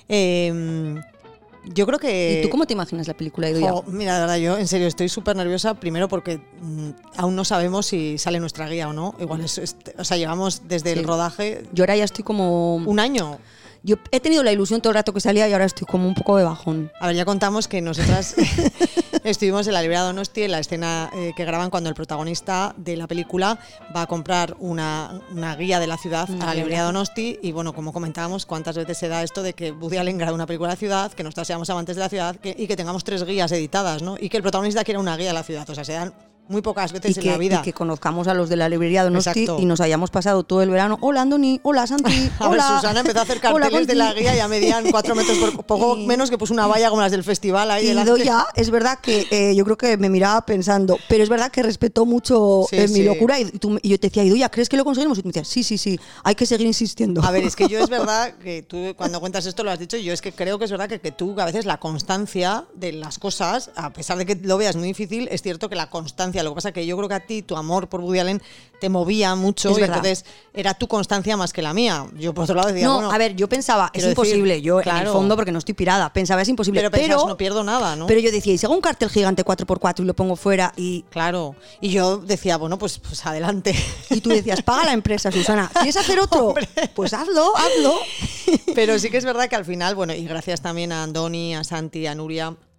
Eh, yo creo que... ¿Y tú cómo te imaginas la película, Idoia? Oh, mira, de verdad, yo en serio estoy súper nerviosa, primero porque mmm, aún no sabemos si sale nuestra guía o no. Igual es, es o sea, llevamos desde sí. el rodaje... Yo ahora ya estoy como... Un año. Yo he tenido la ilusión todo el rato que salía y ahora estoy como un poco de bajón. A ver, ya contamos que nosotras estuvimos en la librería Donosti en la escena eh, que graban cuando el protagonista de la película va a comprar una, una guía de la ciudad a la librería Donosti y bueno, como comentábamos, cuántas veces se da esto de que Woody Allen graba una película de la ciudad, que nosotras seamos amantes de la ciudad que, y que tengamos tres guías editadas, ¿no? Y que el protagonista quiera una guía de la ciudad, o sea, se dan muy pocas veces y que, en la vida. Y que conozcamos a los de la librería Donosti y nos hayamos pasado todo el verano. Hola, Andoni. Hola, Santi. A hola. ver, Susana empezó a hacer carteles hola, de la guía, ya medían cuatro metros por poco y, menos que puso una valla como las del festival ahí. Y Idoia, es verdad que eh, yo creo que me miraba pensando, pero es verdad que respetó mucho sí, eh, mi sí. locura y, tú, y yo te decía, Idoia, ¿crees que lo conseguimos? Y tú me decías, sí, sí, sí, hay que seguir insistiendo. A ver, es que yo es verdad que tú cuando cuentas esto lo has dicho, yo es que creo que es verdad que, que tú a veces la constancia de las cosas, a pesar de que lo veas muy difícil, es cierto que la constancia, lo que pasa que yo creo que a ti tu amor por Woody Allen te movía mucho y entonces era tu constancia más que la mía. Yo por otro lado decía, no, bueno, a ver, yo pensaba, es imposible, decir, yo claro, en el fondo porque no estoy pirada, pensaba es imposible, pero, pero pensás, no pierdo nada, ¿no? Pero yo decía, y si hago un cartel gigante cuatro por cuatro y lo pongo fuera y claro, y yo decía, bueno, pues pues adelante. Y tú decías, paga la empresa, Susana, ¿quieres hacer otro? Hombre. Pues hazlo, hazlo. Pero sí que es verdad que al final, bueno, y gracias también a Andoni, a Santi, a Nuria,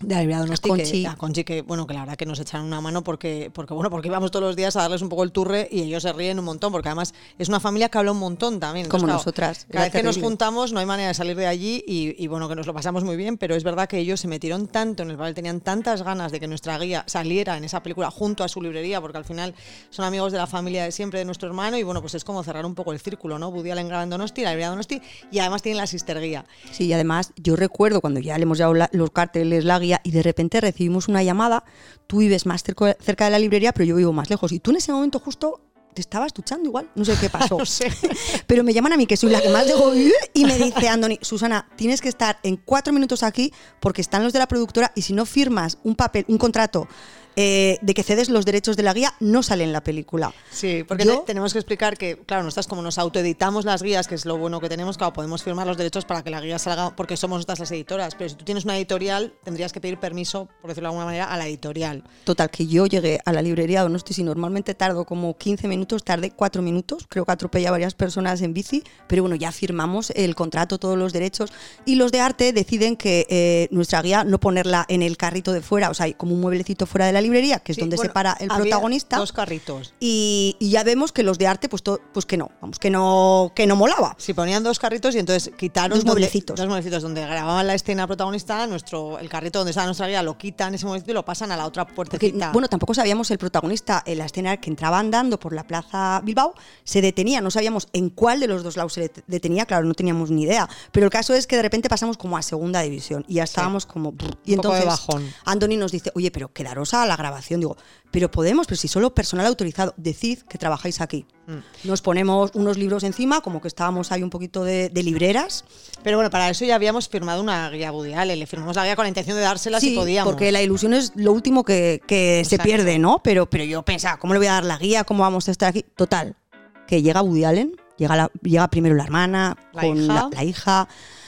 De la librería Donosti, A Conchi. que, a Conchi, que bueno, que la verdad que nos echaron una mano porque, porque bueno, porque íbamos todos los días a darles un poco el turre y ellos se ríen un montón, porque además es una familia que habla un montón también. Como Entonces, nosotras. Cada vez que nos terrible. juntamos no hay manera de salir de allí y, y bueno, que nos lo pasamos muy bien, pero es verdad que ellos se metieron tanto en el papel, tenían tantas ganas de que nuestra guía saliera en esa película junto a su librería, porque al final son amigos de la familia de siempre, de nuestro hermano, y bueno, pues es como cerrar un poco el círculo, ¿no? Woody Allen grabando Donosti, la librería Donosti, y además tienen la sister guía. Sí, y además yo recuerdo cuando ya le hemos llevado la- los carteles, la guía, y de repente recibimos una llamada. Tú vives más cerca, cerca de la librería, pero yo vivo más lejos. Y tú en ese momento justo te estabas duchando igual. No sé qué pasó. No sé. Pero me llaman a mí, que soy la que más digo, y me dice Andoni, Susana, tienes que estar en cuatro minutos aquí porque están los de la productora y si no firmas un papel, un contrato eh, de que cedes los derechos de la guía, no sale en la película. Sí, porque Yo- te- tenemos que explicar que, claro, nosotras como nos autoeditamos las guías, que es lo bueno que tenemos, claro, podemos firmar los derechos para que la guía salga, porque somos nosotras las editoras, pero si tú tienes una editorial, tendrías que pedir permiso, por decirlo de alguna manera, a la editorial. Total, que yo llegué a la librería Donosti, si normalmente tardo como quince minutos, tardé cuatro minutos, creo que atropellé a varias personas en bici, pero bueno, ya firmamos el contrato, todos los derechos, y los de arte deciden que eh, nuestra guía no ponerla en el carrito de fuera, o sea, hay como un mueblecito fuera de la librería, que es Sí, donde bueno, se para el había protagonista. dos carritos. Y, y ya vemos que los de arte, pues, to- pues que no, vamos, que no, que no molaba. Sí, ponían dos carritos y entonces quitaron Dos donde- mueblecitos. dos mueblecitos donde grababan la escena protagonista, nuestro el carrito donde estaba nuestra guía lo quitan ese mueblecito y lo pasan a la otra Porque, puertecita. bueno, tampoco sabíamos el protagonista en la escena que entraba andando por la plaza Bilbao, se detenía, no sabíamos en cuál de los dos lados se det- detenía, claro, no teníamos ni idea. Pero el caso es que de repente pasamos como a segunda división y ya estábamos como... brr. Y Un poco de entonces bajón. Andoni nos dice, oye, pero quedaros a la grabación. Digo, pero podemos, pero si solo personal autorizado, decid que trabajáis aquí. Mm. Nos ponemos unos libros encima, como que estábamos ahí un poquito de, de libreras. Pero bueno, para eso ya habíamos firmado una guía Woody Allen, le firmamos la guía con la intención de dársela Sí, si podíamos. porque la ilusión es lo último que, que se Exacto. pierde, ¿no? Pero, pero yo pensaba, ¿cómo le voy a dar la guía? ¿Cómo vamos a estar aquí? Total, que llega Woody Allen, llega, la- llega primero la hermana, La con hija. La, la hija.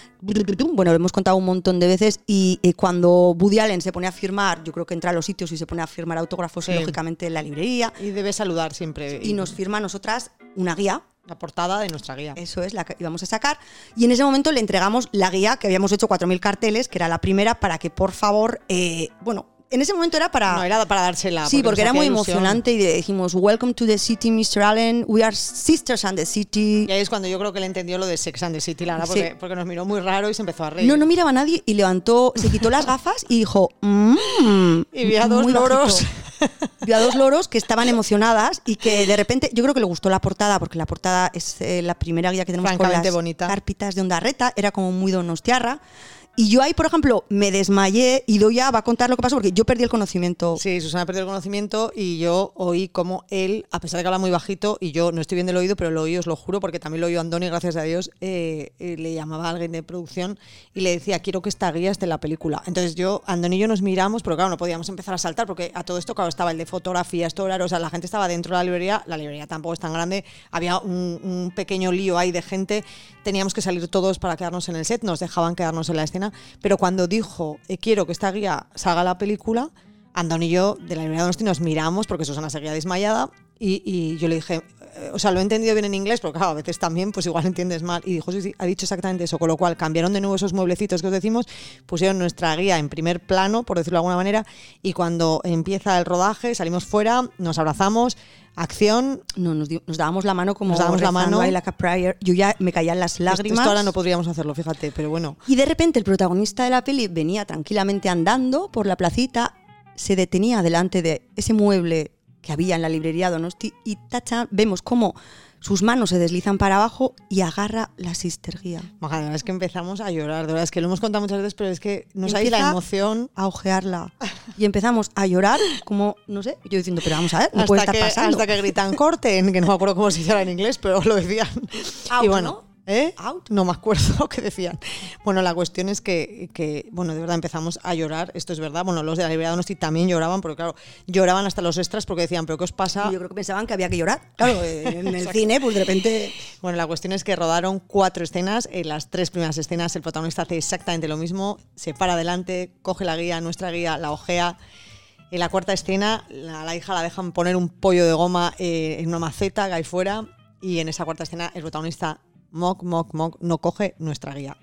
Bueno, lo hemos contado un montón de veces y eh, cuando Woody Allen se pone a firmar, yo creo que entra a los sitios y se pone a firmar autógrafos, Sí. lógicamente en la librería, Y debe saludar siempre. y nos firma a nosotras una guía. la portada de nuestra guía. Eso es la que íbamos a sacar. Y en ese momento le entregamos la guía, que habíamos hecho cuatro mil carteles, que era la primera, para que por favor, eh, bueno, en ese momento era para... No, era para dársela. Sí, porque nos era hacía muy ilusión. emocionante y le dijimos, welcome to the city, mister Allen, we are sisters and the city. Y ahí es cuando yo creo que él entendió lo de Sex and the City, la verdad, Sí. porque, porque nos miró muy raro y se empezó a reír. No, no miraba a nadie y levantó, se quitó las gafas y dijo, mmm, Y vi a dos muy loros. bajito. Vi a dos loros que estaban emocionadas y que de repente, yo creo que le gustó la portada, porque la portada es eh, la primera guía que tenemos con Francamente las bonita. carpitas de Ondarreta, era como muy donostiarra. Y yo ahí, por ejemplo, me desmayé y Doya va a contar lo que pasó porque yo perdí el conocimiento. Sí, Susana perdió el conocimiento y yo oí como él, a pesar de que habla muy bajito, y yo no estoy bien del oído, pero lo oí, os lo juro, porque también lo oí Andoni, gracias a Dios, eh, eh, le llamaba a alguien de producción y le decía, quiero que esta guía esté en la película. Entonces yo, Andoni y yo nos miramos, pero claro, no podíamos empezar a saltar, porque a todo esto, claro, estaba el de fotografía, esto horario, o sea, la gente estaba dentro de la librería, la librería tampoco es tan grande, había un, un pequeño lío ahí de gente, teníamos que salir todos para quedarnos en el set, nos dejaban quedarnos en la escena, pero cuando dijo, eh, quiero que esta guía salga a la película, Andoni y yo de la librería de Donosti nos miramos porque Susana seguía desmayada y, y yo le dije, eh, o sea, lo he entendido bien en inglés, pero claro, a veces también pues igual entiendes mal. Y dijo, sí, sí, ha dicho exactamente eso, con lo cual cambiaron de nuevo esos mueblecitos que os decimos, pusieron nuestra guía en primer plano, por decirlo de alguna manera, y cuando empieza el rodaje salimos fuera, nos abrazamos, acción. No, nos, dio- nos dábamos la mano como Nos dábamos la rezando mano. ahí like a prayer. Yo ya me caían las lágrimas. Esto ahora no podríamos hacerlo, fíjate, pero bueno. Y de repente el protagonista de la peli venía tranquilamente andando por la placita, se detenía delante de ese mueble que había en la librería Donosti y tacha, vemos cómo sus manos se deslizan para abajo y agarra la sister guía. Maja, de verdad es que empezamos a llorar, de verdad es que lo hemos contado muchas veces, pero es que no sabéis la Empieza emoción. A ojearla. Y empezamos a llorar como, no sé, yo diciendo, pero vamos a ver, no puede hasta, estar que, pasando. hasta que gritan corten, que no me acuerdo cómo se dice ahora en inglés, pero lo decían. Out, y bueno, ¿no? ¿eh? Out. No me acuerdo lo que decían. Bueno, la cuestión es que, que, bueno, de verdad empezamos a llorar, esto es verdad. Bueno, los de la librería de Donosti también lloraban, porque claro, lloraban hasta los extras porque decían, ¿pero qué os pasa? Y yo creo que pensaban que había que llorar. Claro, en el Exacto. cine, pues de repente... Bueno, la cuestión es que rodaron cuatro escenas. En las tres primeras escenas el protagonista hace exactamente lo mismo. Se para adelante, coge la guía, nuestra guía, la ojea. En la cuarta escena, la, la hija la dejan poner un pollo de goma eh, en una maceta que hay fuera. Y en esa cuarta escena el protagonista, moc, moc, moc, no coge nuestra guía.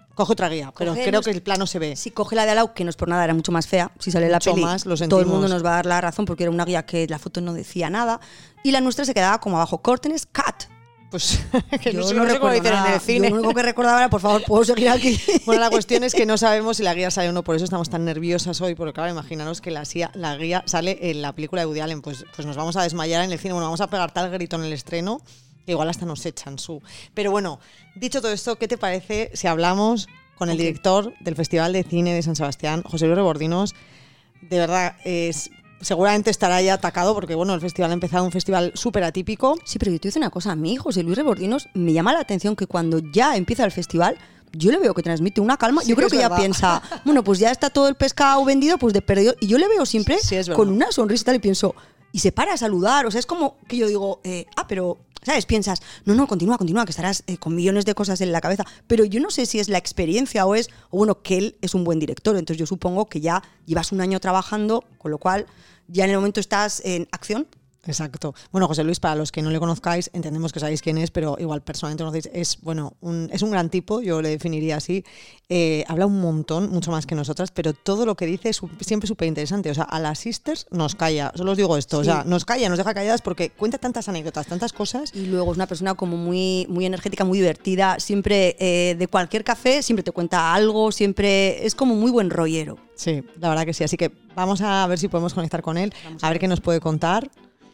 Coge otra guía, pero Coge creo los- que el plano se ve. Si coge la de al lado, que no es por nada, era mucho más fea. Si sale la Mucho peli, más, lo todo el sentimos. mundo nos va a dar la razón porque era una guía que la foto no decía nada. Y la nuestra se quedaba como abajo, córtenes, cut. Pues que no Yo sé, no no sé cómo recuerdo dicen en nada. el cine. Yo lo único que recordaba era, por favor, ¿puedo seguir aquí? Bueno, la cuestión es que no sabemos si la guía sale o no, por eso estamos tan nerviosas hoy, porque claro, imaginaros que la, sia- la guía sale en la película de Woody Allen, pues, pues nos vamos a desmayar en el cine, bueno, vamos a pegar tal grito en el estreno, que igual hasta nos echan su... Pero bueno, dicho todo esto, ¿qué te parece si hablamos con el Ok. director del Festival de Cine de San Sebastián, José Luis Rebordinos? De verdad, es... seguramente estará ya atacado porque bueno, el festival ha empezado, un festival súper atípico. Sí, pero yo te voy a decir una cosa. A mí, José Luis Rebordinos, me llama la atención que cuando ya empieza el festival, yo le veo que transmite una calma. Sí yo que creo es que ya verdad. piensa, bueno, pues ya está todo el pescado vendido, pues de perdido. Y yo le veo siempre Sí, es verdad. con una sonrisa y tal, y pienso, y se para a saludar. O sea, es como que yo digo, eh, ah, pero, ¿sabes? Piensas, no, no, continúa, continúa, que estarás eh, con millones de cosas en la cabeza. Pero yo no sé si es la experiencia o es, o bueno, que él es un buen director. Entonces yo supongo que ya llevas un año trabajando, con lo cual ya en el momento estás en acción. Exacto. Bueno, José Luis, para los que no le conozcáis, entendemos que sabéis quién es, pero igual personalmente no conocéis, es, bueno, un, es un gran tipo, yo le definiría así. Eh, habla un montón, mucho más que nosotras, pero todo lo que dice es su- siempre súper interesante. O sea, a las sisters nos calla, solo os digo esto, o Sí. sea, nos calla, nos deja calladas porque cuenta tantas anécdotas, tantas cosas. Y luego es una persona como muy, muy energética, muy divertida. Siempre, eh, de cualquier café, siempre te cuenta algo, siempre es como muy buen rollero. Sí, la verdad que sí. Así que vamos a ver si podemos conectar con él, Vamos a a ver ver. qué nos puede contar.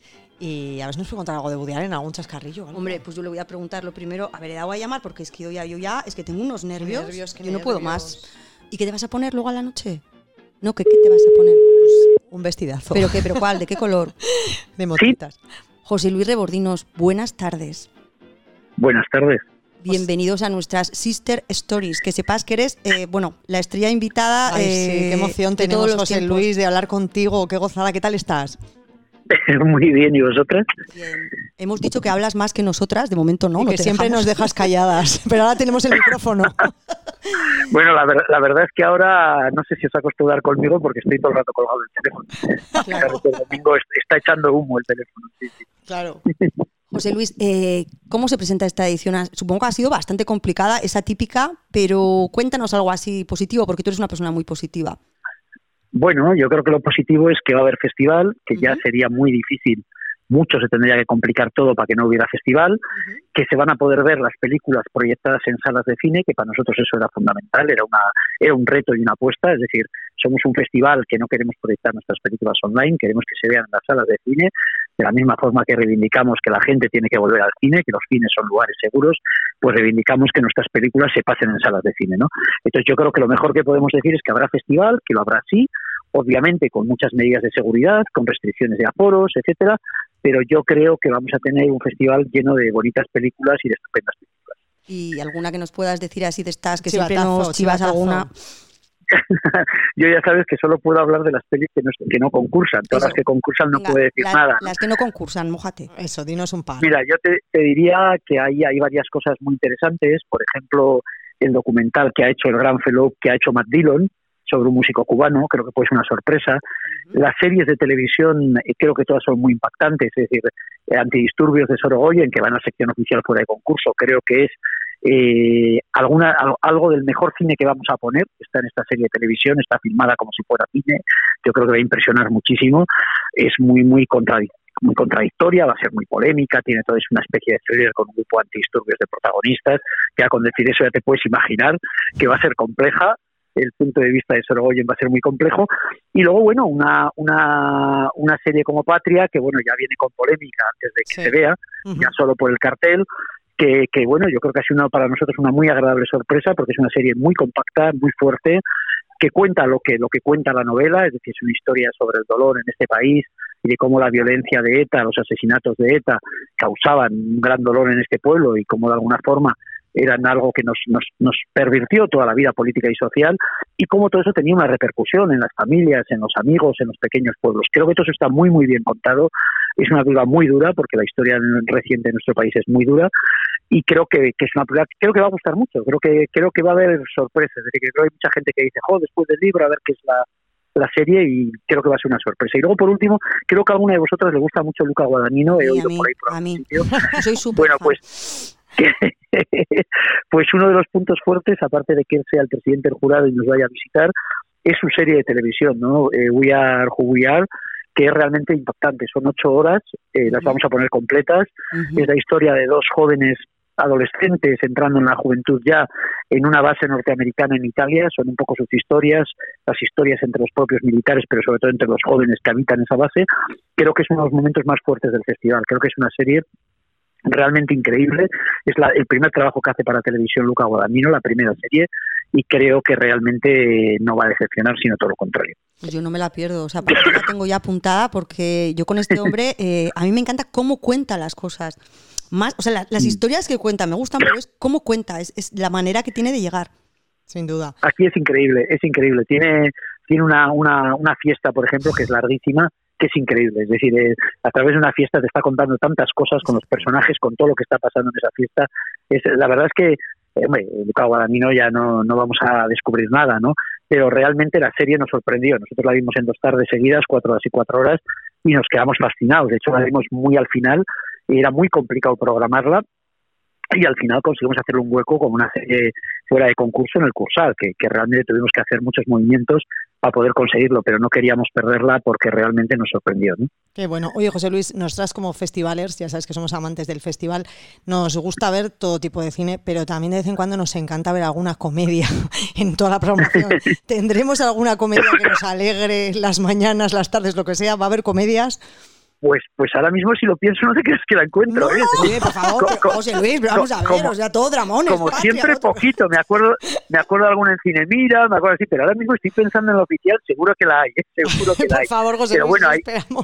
Y a ver si nos puede contar algo de Woody Allen, algún chascarrillo. o algo. Hombre, pues yo le voy a preguntar lo primero. A ver, he dado a llamar porque es que yo ya, yo ya, es que tengo unos nervios. nervios, qué yo no puedo nervios. más. ¿Y qué te vas a poner luego a la noche? No, ¿qué, qué te vas a poner? Pues, un vestidazo ¿Pero qué? ¿Pero cuál? ¿De qué color? de motitas. José Luis Rebordinos, buenas tardes. Buenas tardes. Bienvenidos a nuestras Sister Stories. Que sepas que eres, eh, bueno, la estrella invitada. Ay, sí, eh, qué emoción de tenemos, todos los José tiempos. Luis, de hablar contigo. Qué gozada, ¿qué tal estás? Muy bien, ¿y vosotras? Bien. Hemos dicho que hablas más que nosotras, de momento no. y no que te siempre dejamos. nos dejas calladas, pero ahora tenemos el micrófono. Bueno, la, ver- la verdad es que ahora no sé si os acostumbrar conmigo porque estoy todo el rato colgado del teléfono. Claro. El domingo es- está echando humo el teléfono. Sí, sí. Claro. José Luis, eh, ¿cómo se presenta esta edición? Ah, Supongo que ha sido bastante complicada, es atípica, pero cuéntanos algo así positivo, porque tú eres una persona muy positiva. Bueno, yo creo que lo positivo es que va a haber festival, que ya Ujú. sería muy difícil. Mucho se tendría que complicar todo para que no hubiera festival, que se van a poder ver las películas proyectadas en salas de cine, que para nosotros eso era fundamental, era una era un reto y una apuesta, es decir, somos un festival que no queremos proyectar nuestras películas online, queremos que se vean en las salas de cine, de la misma forma que reivindicamos que la gente tiene que volver al cine, que los cines son lugares seguros, pues reivindicamos que nuestras películas se pasen en salas de cine, ¿no? Entonces yo creo que lo mejor que podemos decir es que habrá festival, que lo habrá sí, obviamente con muchas medidas de seguridad, con restricciones de aforos, etcétera, pero yo creo que vamos a tener un festival lleno de bonitas películas y de estupendas películas. Y alguna que nos puedas decir así de estas, que siempre Chivatazo, nos chivas chivatazo. alguna. Yo ya sabes que solo puedo hablar de las pelis que no, que no concursan, todas Eso. las que concursan no Venga, puedo decir las, nada, ¿no? las que no concursan, mójate. Eso, dinos un par. Mira, yo te, te diría que ahí hay varias cosas muy interesantes, por ejemplo, el documental que ha hecho el gran fellow que ha hecho Matt Dillon sobre un músico cubano, creo que puede ser una sorpresa. Uh-huh. Las series de televisión eh, creo que todas son muy impactantes, es decir, eh, Antidisturbios de Sorogoyen, que va en la sección oficial fuera de concurso, creo que es eh, alguna algo del mejor cine que vamos a poner, está en esta serie de televisión, está filmada como si fuera cine, yo creo que va a impresionar muchísimo, es muy, muy contradictoria. muy contradictoria, va a ser muy polémica, tiene toda una especie de thriller con un grupo antidisturbios de protagonistas, ya con decir eso ya te puedes imaginar que va a ser compleja, el punto de vista de Sorogoyen va a ser muy complejo, y luego bueno, una una una serie como Patria, que bueno, ya viene con polémica antes de que sí. se vea, uh-huh. ya solo por el cartel, que, que bueno, yo creo que ha sido una, para nosotros una muy agradable sorpresa, porque es una serie muy compacta, muy fuerte, que cuenta lo que lo que cuenta la novela, es decir, es una historia sobre el dolor en este país y de cómo la violencia de ETA, los asesinatos de ETA causaban un gran dolor en este pueblo y cómo de alguna forma eran algo que nos, nos, nos pervirtió toda la vida política y social, y cómo todo eso tenía una repercusión en las familias, en los amigos, en los pequeños pueblos. Creo que todo eso está muy, muy bien contado. Es una película muy dura, porque la historia reciente de nuestro país es muy dura, y creo que, que es una película creo que va a gustar mucho. Creo que creo que va a haber sorpresas. Es decir, que creo que hay mucha gente que dice, jo, después del libro, a ver qué es la, la serie, y creo que va a ser una sorpresa. Y luego, por último, creo que a alguna de vosotras le gusta mucho Luca Guadagnino. He sí, oído a mí, por ahí por a mí. sitio. Soy súper Bueno, fan. pues que pues uno de los puntos fuertes, aparte de que él sea el presidente del jurado y nos vaya a visitar, es su serie de televisión, ¿no? Eh, We Are Who We Are, que es realmente impactante. Son ocho horas, eh, uh-huh. las vamos a poner completas. Uh-huh. Es la historia de dos jóvenes adolescentes entrando en la juventud ya en una base norteamericana en Italia. Son un poco sus historias, las historias entre los propios militares, pero sobre todo entre los jóvenes que habitan esa base. Creo que es uno de los momentos más fuertes del festival. Creo que es una serie realmente increíble. Es la, el primer trabajo que hace para televisión Luca Guadagnino, la primera serie, y creo que realmente no va a decepcionar, sino todo lo contrario. Yo no me la pierdo, o sea, porque la tengo ya apuntada, porque yo con este hombre, eh, a mí me encanta cómo cuenta las cosas. Más, o sea, la, las historias que cuenta me gustan, pero es cómo cuenta, es, es la manera que tiene de llegar. Sin duda. Aquí es increíble, es increíble. Tiene, tiene una, una, una fiesta, por ejemplo, que es larguísima, que es increíble. Es decir, eh, a través de una fiesta te está contando tantas cosas con los personajes, con todo lo que está pasando en esa fiesta. Es, la verdad es que, eh, hombre, Luca Guadagnino ya no, no vamos a descubrir nada, ¿no? Pero realmente la serie nos sorprendió. Nosotros la vimos en dos tardes seguidas, cuatro horas y cuatro horas, y nos quedamos fascinados. De hecho, la vimos muy al final, y era muy complicado programarla, y al final conseguimos hacer un hueco con una serie fuera de concurso en el Cursal, que, que realmente tuvimos que hacer muchos movimientos para poder conseguirlo, pero no queríamos perderla porque realmente nos sorprendió, ¿no? Qué bueno. Oye, José Luis, nosotras como festivalers, ya sabes que somos amantes del festival, nos gusta ver todo tipo de cine, pero también de vez en cuando nos encanta ver alguna comedia en toda la programación. ¿Tendremos alguna comedia que nos alegre las mañanas, las tardes, lo que sea? ¿Va a haber comedias? Pues pues ahora mismo, si lo pienso, no sé qué es que la encuentro. No, ¿eh? Oye, por favor, co- José Luis, vamos a ver, como, o sea, todo dramones. Como patria, siempre, otro. poquito. Me acuerdo me acuerdo de alguna en Cine Mira, me acuerdo así, pero ahora mismo estoy pensando en la oficial, seguro que la hay, ¿eh? Seguro que la hay. Por favor, José pero Luis, bueno, hay... esperamos.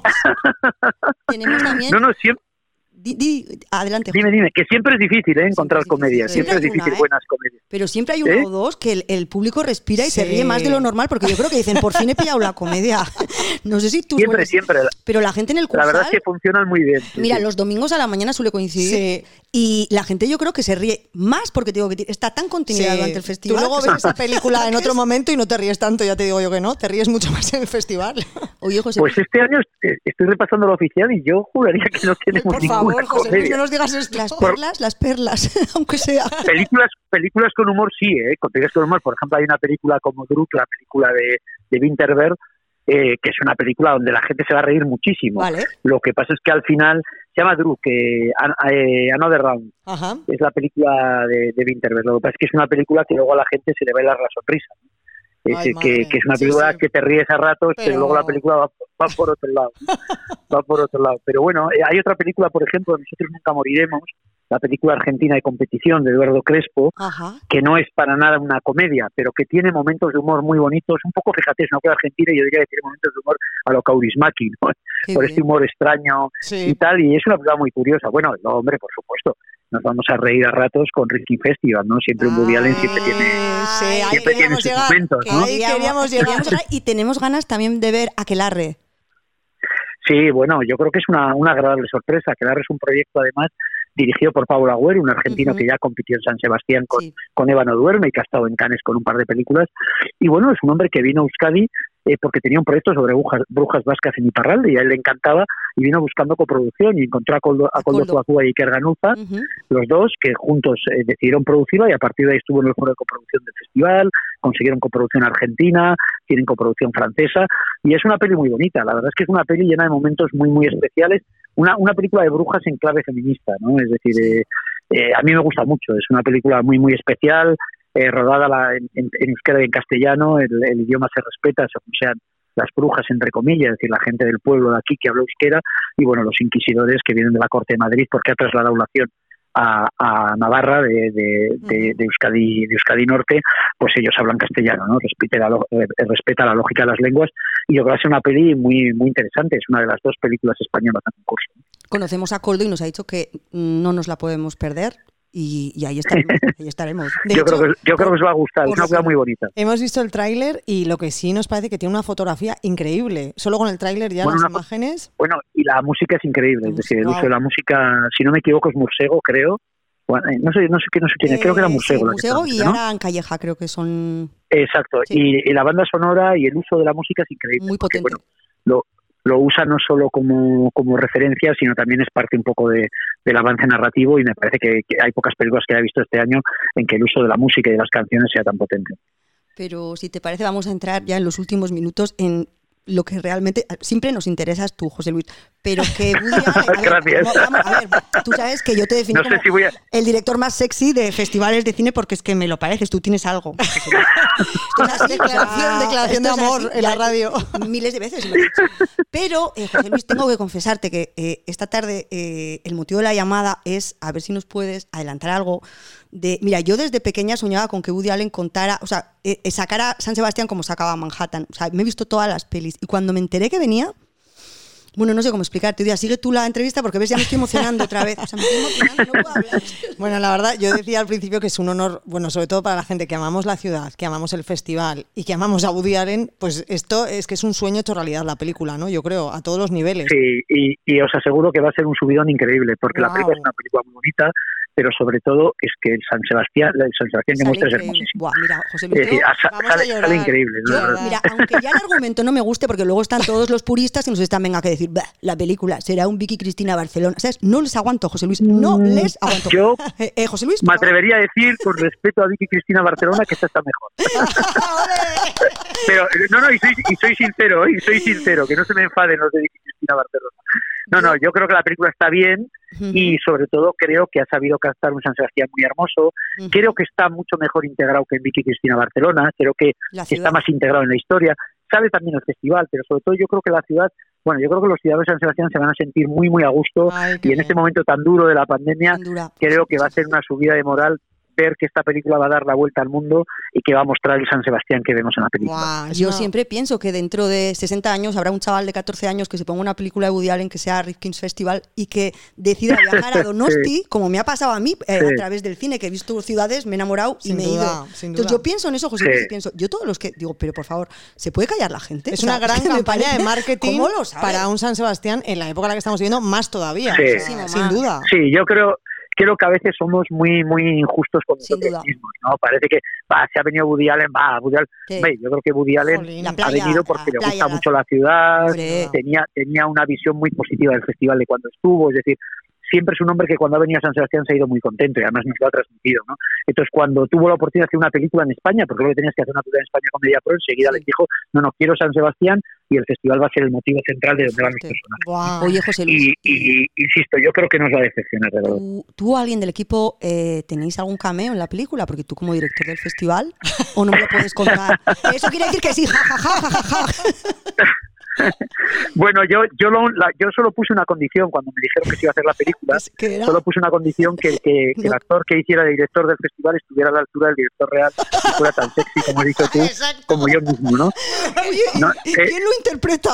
Tenemos también... No, no, siempre... Di, di, adelante. Dime, dime, que siempre es difícil ¿eh? encontrar comedias, siempre, siempre es difícil una, ¿eh? buenas comedias. Pero siempre hay uno ¿Eh? o dos que el, el público respira y Sí. se ríe más de lo normal, porque yo creo que dicen, por fin he pillado la comedia. No sé si tú... Siempre, sueles, siempre. pero la gente en el Cursal... La verdad es que funcionan muy bien. Sí, Mira, sí. los domingos a la mañana suele coincidir Sí. y la gente yo creo que se ríe más porque te digo que está tan contenida Sí. durante el festival. Tú luego que ves se- esa película en otro momento y no te ríes tanto, ya te digo yo que no, te ríes mucho más en el festival. Oye, José, Pues este año est- estoy repasando lo oficial y yo juraría que no tenemos Por ninguna favor, José Luis, comedia. no nos digas esto. las perlas, las perlas, aunque sea. Películas películas con humor sí, ¿eh? Con películas con humor. Por ejemplo, hay una película como Druk, la película de, de Winterberg, eh, que es una película donde la gente se va a reír muchísimo. Vale. Lo que pasa es que al final se llama Druk, eh, An- eh, Another Round. Ajá. Es la película de, de Winterberg. Lo que pasa es que es una película que luego a la gente se le va a bailar la sonrisa. Es Ay, decir, que, madre. que es una Sí, película sí. que te ríes a ratos, pero, Pero- luego la película va, va por otro lado. Va por otro lado. Pero bueno, eh, hay otra película, por ejemplo, Nosotros Nunca Moriremos, la película argentina de competición de Eduardo Crespo, Ajá. que no es para nada una comedia, pero que tiene momentos de humor muy bonitos. Un poco, fíjate, es una cosa argentina y yo diría que tiene momentos de humor a lo Kaurismäki, ¿no? Qué Por bien. este humor extraño Sí. y tal, y es una película muy curiosa. Bueno, no, hombre, por supuesto, nos vamos a reír a ratos con Ricky Festival, ¿no? Siempre un Woody Allen siempre tiene... Sí, ahí siempre tiene queríamos sus llegar. momentos, ¿no? Ahí queríamos llegar. Queríamos llegar y tenemos ganas también de ver Aquelarre. Sí, bueno, yo creo que es una, una agradable sorpresa. Aquelarre es un proyecto, además, dirigido por Pablo Agüero, un argentino Ujú. que ya compitió en San Sebastián con, Sí. con Eva no duerme y que ha estado en Cannes con un par de películas. Y bueno, es un hombre que vino a Euskadi eh, porque tenía un proyecto sobre brujas, brujas vascas en Iparralde y a él le encantaba y vino buscando coproducción y encontró a Coldo, a Coldo Coldo. Zuazúa y Iker Ganuza, Ujú. los dos que juntos eh, decidieron producirla y a partir de ahí estuvo en el foro de coproducción del festival, consiguieron coproducción argentina, tienen coproducción francesa y es una peli muy bonita. La verdad es que es una peli llena de momentos muy, muy especiales. Una, una película de brujas en clave feminista, ¿no? Es decir, eh, eh, a mí me gusta mucho. Es una película muy, muy especial, eh, rodada la, en, en, en euskera y en castellano. El, el idioma se respeta según sean las brujas, entre comillas, es decir, la gente del pueblo de aquí que habla euskera y, bueno, los inquisidores que vienen de la Corte de Madrid porque ha trasladado la acción a, a Navarra de, de, de, de, Euskadi, de Euskadi Norte, pues ellos hablan castellano, ¿no? Respeta la, respeta la lógica de las lenguas y yo creo que va a ser una peli muy, muy interesante. Es una de las dos películas españolas en concurso. Conocemos a Coldo y nos ha dicho que no nos la podemos perder y, y ahí estaremos. Ahí estaremos. De yo hecho, creo que, yo creo que os va a gustar, por es una película muy bonita. Hemos visto el tráiler y lo que sí nos parece que tiene una fotografía increíble. Solo con el tráiler ya Bueno, las una- imágenes. Bueno, y la música es increíble, La es decir, el música, uso de la música, si no me equivoco, es Mursego, creo. Bueno, eh, no sé, no sé qué, no sé quién es, creo que era Eh, Mursego. sí, la que Museo estaba, y ¿no? ahora en Calleja creo que son Exacto, Sí. y, y la banda sonora y el uso de la música es increíble. muy porque, potentes. bueno, lo, lo usa no solo como, como referencia, sino también es parte un poco de, del avance narrativo, y me parece que, que hay pocas películas que haya visto este año en que el uso de la música y de las canciones sea tan potente. Pero si te parece, vamos a entrar ya en los últimos minutos en lo que realmente siempre nos interesas tú, José Luis, pero que Woody Allen, Gracias. Vamos, vamos, a ver, tú sabes que yo te defino no sé como si voy a... el director más sexy de festivales de cine, porque es que me lo pareces, tú tienes algo. Esto es así, declaración, declaración de esto es amor así, en la radio. Miles de veces lo he dicho. Pero, eh, José Luis, tengo que confesarte que eh, esta tarde eh, el motivo de la llamada es a ver si nos puedes adelantar algo. De, mira, yo desde pequeña soñaba con que Woody Allen contara, o sea, eh, sacara San Sebastián como sacaba Manhattan. O sea, me he visto todas las pelis. Y cuando me enteré que venía, bueno, no sé cómo explicarte. Digo, sigue tú la entrevista porque ves, ya me estoy emocionando otra vez. O sea, me estoy emocionando, no puedo hablar. Bueno, la verdad, yo decía al principio que es un honor, bueno, sobre todo para la gente que amamos la ciudad, que amamos el festival y que amamos a Woody Allen, pues esto es que es un sueño hecho realidad la película, ¿no? Yo creo, a todos los niveles. Sí, y, y os aseguro que va a ser un subidón increíble, porque wow. La película es una película muy bonita, pero sobre todo es que el San Sebastián, el San Sebastián que muestra es hermosísimo. Buah, mira, José Luis, es decir, vamos sale, a llorar. Sale increíble. Yo, ¿no? Mira, aunque ya el argumento no me guste, porque luego están todos los puristas y nos están, venga, que decir, la película será un Vicky Cristina Barcelona. ¿Sabes? No les aguanto, José Luis, no les aguanto. Yo eh, eh, José Luis, me atrevería a decir, con respeto a Vicky Cristina Barcelona, que esta está mejor. Pero, no, no, y soy, y soy sincero, y soy sincero, que no se me enfaden los de Vicky Cristina Barcelona. No, no, yo creo que la película está bien y sobre todo creo que ha sabido captar un San Sebastián muy hermoso. Uh-huh. Creo que está mucho mejor integrado que en Vicky Cristina Barcelona, creo que está más integrado en la historia. Sabe también el festival, pero sobre todo yo creo que la ciudad, bueno, yo creo que los ciudadanos de San Sebastián se van a sentir muy, muy a gusto. Ay, y en bien. Este momento tan duro de la pandemia, creo que va a ser una subida de moral ver que esta película va a dar la vuelta al mundo y que va a mostrar el San Sebastián que vemos en la película. Wow, yo no. siempre pienso que dentro de sesenta años habrá un chaval de catorce años que se ponga una película de Woody Allen que sea Rifkin's Festival y que decida viajar a Donosti, sí. como me ha pasado a mí eh, sí. a través del cine, que he visto ciudades, me he enamorado sin y me duda, he ido. Entonces yo pienso en eso, José Luis, sí. y pienso, yo todos los que digo, pero por favor, ¿se puede callar la gente? Es o sea, una gran campaña de marketing para un San Sebastián en la época en la que estamos viviendo, más todavía, sí. o sea, sin duda. Sí, yo creo... Creo que a veces somos muy muy injustos con nosotros mismos, ¿no? Parece que va, se ha venido Woody Allen, va, Woody Allen. Sí. Yo creo que Woody Allen Jolín, ha playa, venido porque le gusta mucho la ciudad, tenía tenía una visión muy positiva del festival de cuando estuvo, es decir, siempre es un hombre que cuando ha venido a San Sebastián se ha ido muy contento y además nos lo ha transmitido, ¿no? Entonces, cuando tuvo la oportunidad de hacer una película en España, porque luego tenías que hacer una película en España con Mediapro, enseguida sí. les dijo, no, no, quiero San Sebastián y el festival va a ser el motivo central de donde van los personajes. Wow. Oye, José Luis. Y, y, y, insisto, yo creo que nos va a decepcionar, de verdad. ¿Tú, tú o alguien del equipo eh, tenéis algún cameo en la película? Porque tú como director del festival, ¿o no me lo puedes contar? Eso quiere decir que sí, jajaja, jajaja. Bueno, yo yo lo, la, yo solo puse una condición cuando me dijeron que se iba a hacer la película. Solo puse una condición que, que, que no. el actor que hiciera de director del festival estuviera a la altura del director real y fuera tan sexy como has dicho tú, Exacto. como yo mismo, ¿no? Oye, ¿no? ¿Y, eh, quién lo interpreta?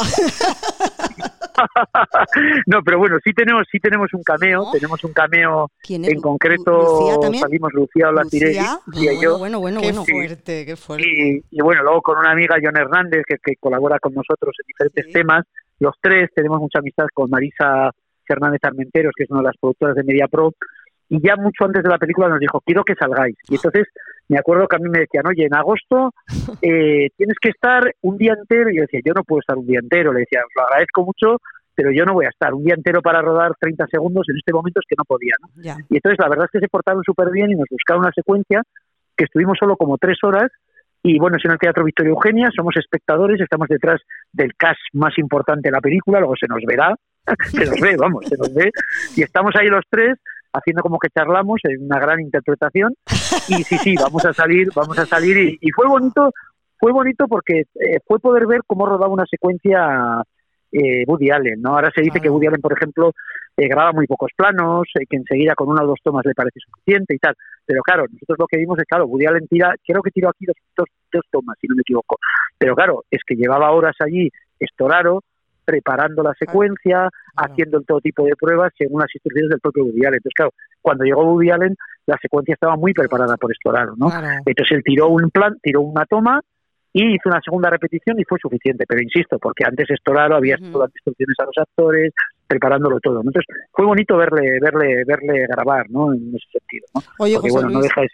No, pero bueno, sí tenemos sí tenemos un cameo, ¿no? Tenemos un cameo en concreto. ¿Lucía también? Salimos Lucía Olatirelli, Lucía y yo. Bueno, bueno, qué bueno. fuerte, qué fuerte. Y, y bueno, luego con una amiga, John Hernández, que, que colabora con nosotros en diferentes sí. temas. Los tres tenemos mucha amistad con Marisa Fernández Armenteros, que es una de las productoras de Mediapro, y ya mucho antes de la película nos dijo, quiero que salgáis. Y entonces me acuerdo que a mí me decían, oye, en agosto eh, tienes que estar un día entero. Y yo decía, yo no puedo estar un día entero. Le decía, os lo agradezco mucho, pero yo no voy a estar un día entero para rodar treinta segundos. En este momento es que no podía, ¿no? Yeah. Y entonces la verdad es que se portaron súper bien y nos buscaron una secuencia que estuvimos solo como tres horas. Y bueno, es en el Teatro Victoria Eugenia, somos espectadores, estamos detrás del cast más importante de la película, luego se nos verá, se nos ve, vamos, se nos ve, y estamos ahí los tres haciendo como que charlamos en una gran interpretación, y sí, sí, vamos a salir, vamos a salir, y, y fue bonito, fue bonito porque eh, fue poder ver cómo rodaba una secuencia eh, Woody Allen, ¿no? Ahora se dice ah. que Woody Allen, por ejemplo, eh, graba muy pocos planos, eh, que enseguida con una o dos tomas le parece suficiente y tal. Pero claro, nosotros lo que vimos es, claro, Woody Allen tira, creo que tiró aquí dos, dos, dos tomas, si no me equivoco. Pero claro, es que llevaba horas allí, Storaro, preparando la secuencia, claro. haciendo todo tipo de pruebas según las instrucciones del propio Woody Allen. Entonces, claro, cuando llegó Woody Allen, la secuencia estaba muy preparada por Storaro, ¿no? Claro. Entonces él tiró un plan, tiró una toma, y hizo una segunda repetición y fue suficiente, pero insisto, porque antes Storaro había uh-huh. dado las instrucciones a los actores, preparándolo todo, ¿no? Entonces fue bonito verle verle verle grabar, ¿no? En ese sentido, ¿no? Oye, porque José bueno, Luis, no deja de ser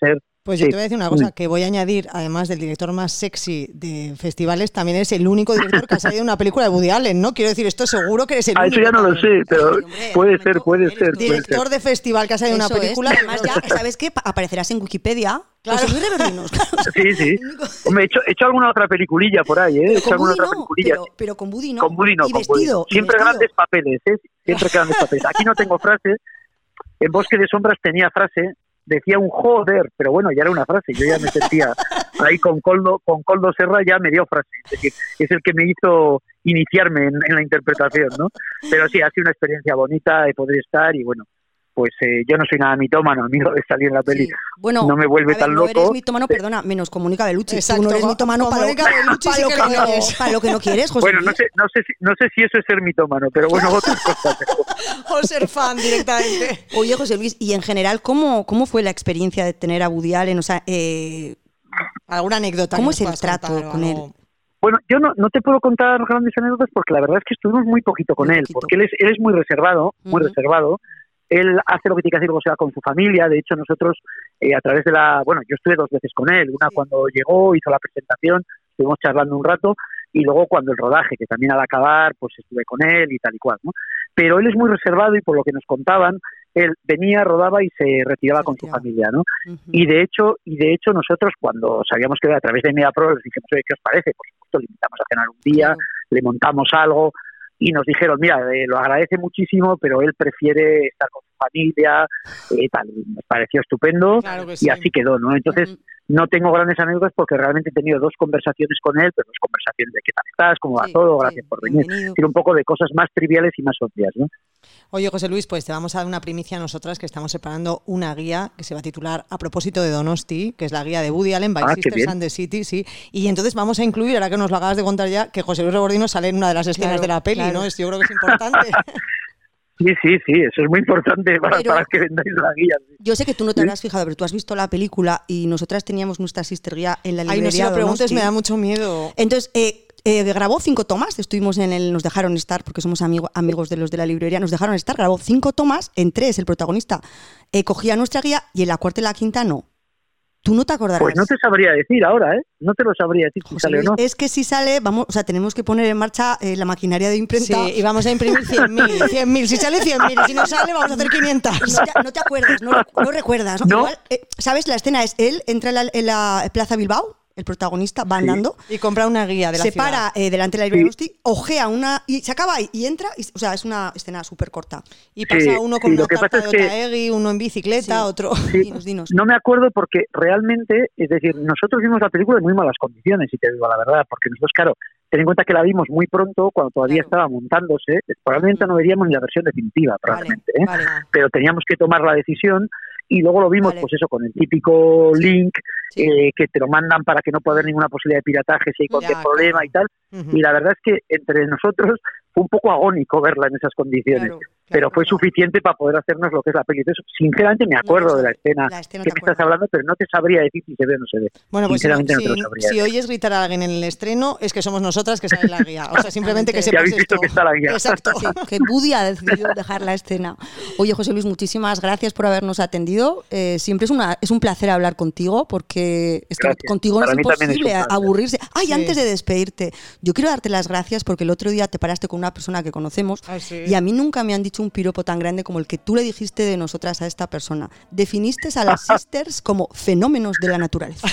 Pues yo Sí. te voy a decir una cosa, que voy a añadir, además del director más sexy de festivales, también es el único director que ha salido de una película de Woody Allen, ¿no? Quiero decir, esto seguro que eres el Ah, único. eso ya no lo también. sé, pero Ay, hombre, puede un ser, momento, puede eres ser, tú. puede ser. Director de festival que ha salido de una Eso es. película. Además ya, ¿sabes qué? Pa- Aparecerás en Wikipedia. Claro. José Luis Reverdinos. Sí, sí. Hombre, he hecho, he hecho alguna otra peliculilla por ahí, ¿eh? He Pero hecho con alguna Woody otra no, peliculilla. pero, pero con Woody no. Con Woody no, y con Woody vestido. no. y Siempre vestido. grandes papeles, ¿eh? Siempre grandes papeles. Aquí no tengo frase. En Bosque de Sombras tenía frase, decía un joder, pero bueno, ya era una frase. Yo ya me sentía ahí con Coldo, con Coldo Serra ya me dio frase. Es decir, es el que me hizo iniciarme en, en la interpretación, ¿no? Pero sí, ha sido una experiencia bonita de poder estar y bueno, pues eh, yo no soy nada mitómano, a mí lo de salir en la peli Sí. Bueno, no me vuelve a ver, tan no loco. eres mitomano, perdona, menos con Mónica Bellucci. Exacto, Tú no eres con- mitomano con para lo, Mónica Bellucci para sí lo que que lo no, eres. para lo que no quieres, José Bueno, Luis. no sé, no sé si, no sé si eso es ser mitómano, pero bueno, otras cosas. O ser fan directamente. Oye, José Luis, y en general, ¿cómo, cómo fue la experiencia de tener a Woody Allen? O sea, eh, ¿Alguna anécdota? ¿Cómo que es nos el puedas trato contar o con algo? él? Bueno, yo no, no te puedo contar grandes anécdotas porque la verdad es que estuvimos muy poquito con Muy él, poquito. porque él es, él es muy reservado, muy Ujú. reservado. Él hace lo que tiene que hacer, o sea, con su familia. De hecho, nosotros, eh, a través de la... Bueno, yo estuve dos veces con él. Una Sí. cuando llegó, hizo la presentación, estuvimos charlando un rato, y luego cuando el rodaje, que también al acabar, pues estuve con él y tal y cual, ¿no? Pero él es muy reservado y por lo que nos contaban, él venía, rodaba y se retiraba Se con retiraba. su familia, ¿no? Ujú. Y de hecho, y de hecho nosotros cuando sabíamos que era a través de MediaPro les dijimos, oye, ¿qué os parece? Por supuesto, le invitamos a cenar un día, Claro. le montamos algo y nos dijeron, mira, eh, lo agradece muchísimo, pero él prefiere estar con su familia, eh, tal. Nos pareció estupendo Claro que sí. y así quedó, ¿no? Entonces, Ujú. no tengo grandes anécdotas porque realmente he tenido dos conversaciones con él, pero dos conversaciones de qué tal estás, cómo va Sí, todo, sí, gracias por venir. bienvenido. Es decir, un poco de cosas más triviales y más obvias, ¿no? Oye, José Luis, pues te vamos a dar una primicia a nosotras que estamos preparando una guía que se va a titular A propósito de Donosti, que es la guía de Woody Allen by Ah, qué Sisters bien. and the City, sí. Y entonces vamos a incluir, ahora que nos lo acabas de contar ya, que José Luis Rebordino sale en una de las escenas Claro, de la peli, claro. ¿no? Es- Yo creo que es importante. Sí, sí, sí, eso es muy importante para, Pero- para que vendáis la guía. sí. Yo sé que tú no te ¿Sí? habrás fijado, pero tú has visto la película y nosotras teníamos nuestra sister guía en la Ay, librería. no se lo preguntes, Donosti. me da mucho miedo. Entonces, eh, eh, grabó cinco tomas, estuvimos en el, nos dejaron estar, porque somos amigo- amigos de los de la librería, nos dejaron estar, grabó cinco tomas, en tres el protagonista eh, cogía nuestra guía y en la cuarta y la quinta no. Tú no te acordarás. Pues no te sabría decir ahora, ¿eh? No te lo sabría decir si José sale o Luis, no. es que si sale, vamos, o sea, tenemos que poner en marcha eh, la maquinaria de imprenta. Sí, y vamos a imprimir cien mil, cien mil. Si sale cien mil, y si no sale, vamos a hacer quinientas. No te, no te acuerdas, no, no recuerdas. ¿no? No. Igual, eh, ¿sabes? La escena es él entra en la, en la Plaza Bilbao, el protagonista va Sí. andando, Y compra una guía de la se ciudad. para eh, delante de la librería Donosti, ojea una y se acaba ahí y entra, y, o sea, es una escena súper corta. Y pasa Sí, uno con sí, una lo que tarta pasa de es que- Otaegui, uno en bicicleta, Sí. otro... Sí. Dinos, dinos. No me acuerdo porque realmente, es decir, nosotros vimos la película en muy malas condiciones, si te digo la verdad, porque nosotros, claro, ten en cuenta que la vimos muy pronto, cuando todavía Claro. estaba montándose, probablemente no veríamos ni la versión definitiva, probablemente, ¿eh? Vale, Pero teníamos que tomar la decisión y luego lo vimos, Vale. pues eso, con el típico link Sí. eh, que te lo mandan para que no pueda haber ninguna posibilidad de pirataje si hay cualquier Ya, problema claro. y tal. Ujú. Y la verdad es que entre nosotros fue un poco agónico verla en esas condiciones. Claro, pero claro, fue no. suficiente para poder hacernos lo que es la peli. Entonces, sinceramente me acuerdo No, de la escena la escena que te me estás acuerdas. hablando, pero no te sabría decir si se ve o no se ve. Bueno, pues si, Sinceramente no te lo si- sabría si decir. oyes gritar a alguien en el estreno, es que somos nosotras que sale en la guía. O sea, simplemente que Ya sepas habéis visto esto. que está la guía. Exacto. Sí, que Woody ha decidido dejar la escena. Oye, José Luis, muchísimas gracias por habernos atendido. Eh, siempre es, una, es un placer hablar contigo porque es que Gracias. contigo no Para es mí también es un imposible placer. aburrirse. Ay, Sí. antes de despedirte, yo quiero darte las gracias porque el otro día te paraste con una persona que conocemos Ah, sí. y a mí nunca me han dicho un piropo tan grande como el que tú le dijiste de nosotras a esta persona. Definiste a las sisters como fenómenos de la naturaleza.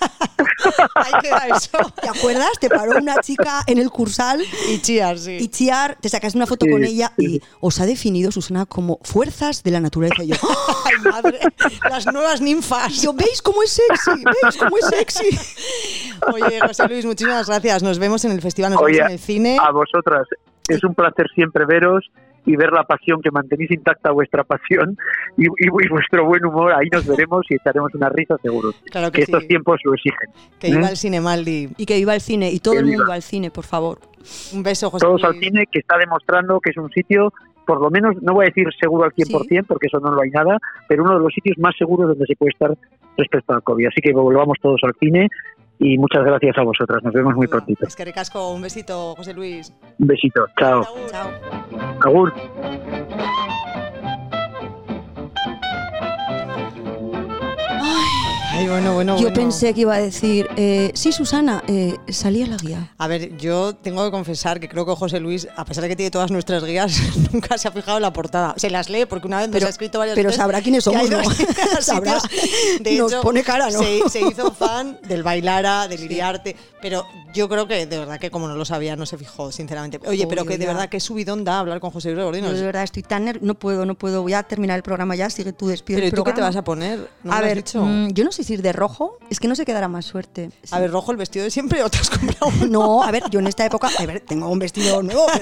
Ahí queda eso. ¿Te acuerdas? Te paró una chica en el Cursal Y chías, sí. y Chiar, te sacaste una foto Sí, con ella sí. y os ha definido, Susana, como fuerzas de la naturaleza. Y yo, ¡ah! Ay, madre. Las nuevas ninfas. yo, ¿veis cómo es sexy? ¿Veis cómo es sexy? Oye, José Luis, muchísimas gracias. Nos vemos en el festival, nos Oye, vemos en el cine. A vosotras, es un placer siempre veros y ver la pasión, que mantenéis intacta vuestra pasión y, y- y vuestro buen humor. Ahí nos veremos y echaremos una risa seguro. Claro que que sí. estos tiempos lo exigen. Que iba ¿eh? al Cinemaldi. Y que viva el cine, y todo Que el mundo viva. al cine, por favor. Un beso, José Todos Luis. al cine, que está demostrando que es un sitio, por lo menos, no voy a decir seguro al cien por ciento, porque eso no lo hay nada, pero uno de los sitios más seguros donde se puede estar respecto al COVID. Así que volvamos todos al cine y muchas gracias a vosotras. Nos vemos muy prontito. Es que recasco. Un besito, José Luis. Un besito. Chao. Chao. Agur. Ay, Ay, bueno, bueno, Yo bueno. pensé que iba a decir, eh, sí, Susana, eh, salía la guía. A ver, yo tengo que confesar que creo que José Luis, a pesar de que tiene todas nuestras guías, nunca se ha fijado en la portada. Se las lee porque una vez nos ha escrito varias Pero veces. sabrá quiénes y ha somos, ido ¿no? a Sabrá. sitios. De Nos hecho, pone cara, ¿no? Se, se hizo fan del Bailara, del Iriarte, pero yo creo que de verdad que como no lo sabía, no se fijó, sinceramente. Oye, pero Obvio, que de ya. verdad que subidón da hablar con José Luis Gordinos. Yo de verdad estoy tan ner- no puedo, no puedo. Voy a terminar el programa ya, sigue tú, despide Pero el ¿y tú qué programa. te vas a poner? ¿No a me lo has ver, dicho? mm, yo no sé si ir de rojo, es que no sé qué dará más suerte. Sí. A ver, rojo el vestido de siempre o te has comprado uno. No, a ver, yo en esta época, a ver, tengo un vestido nuevo, pero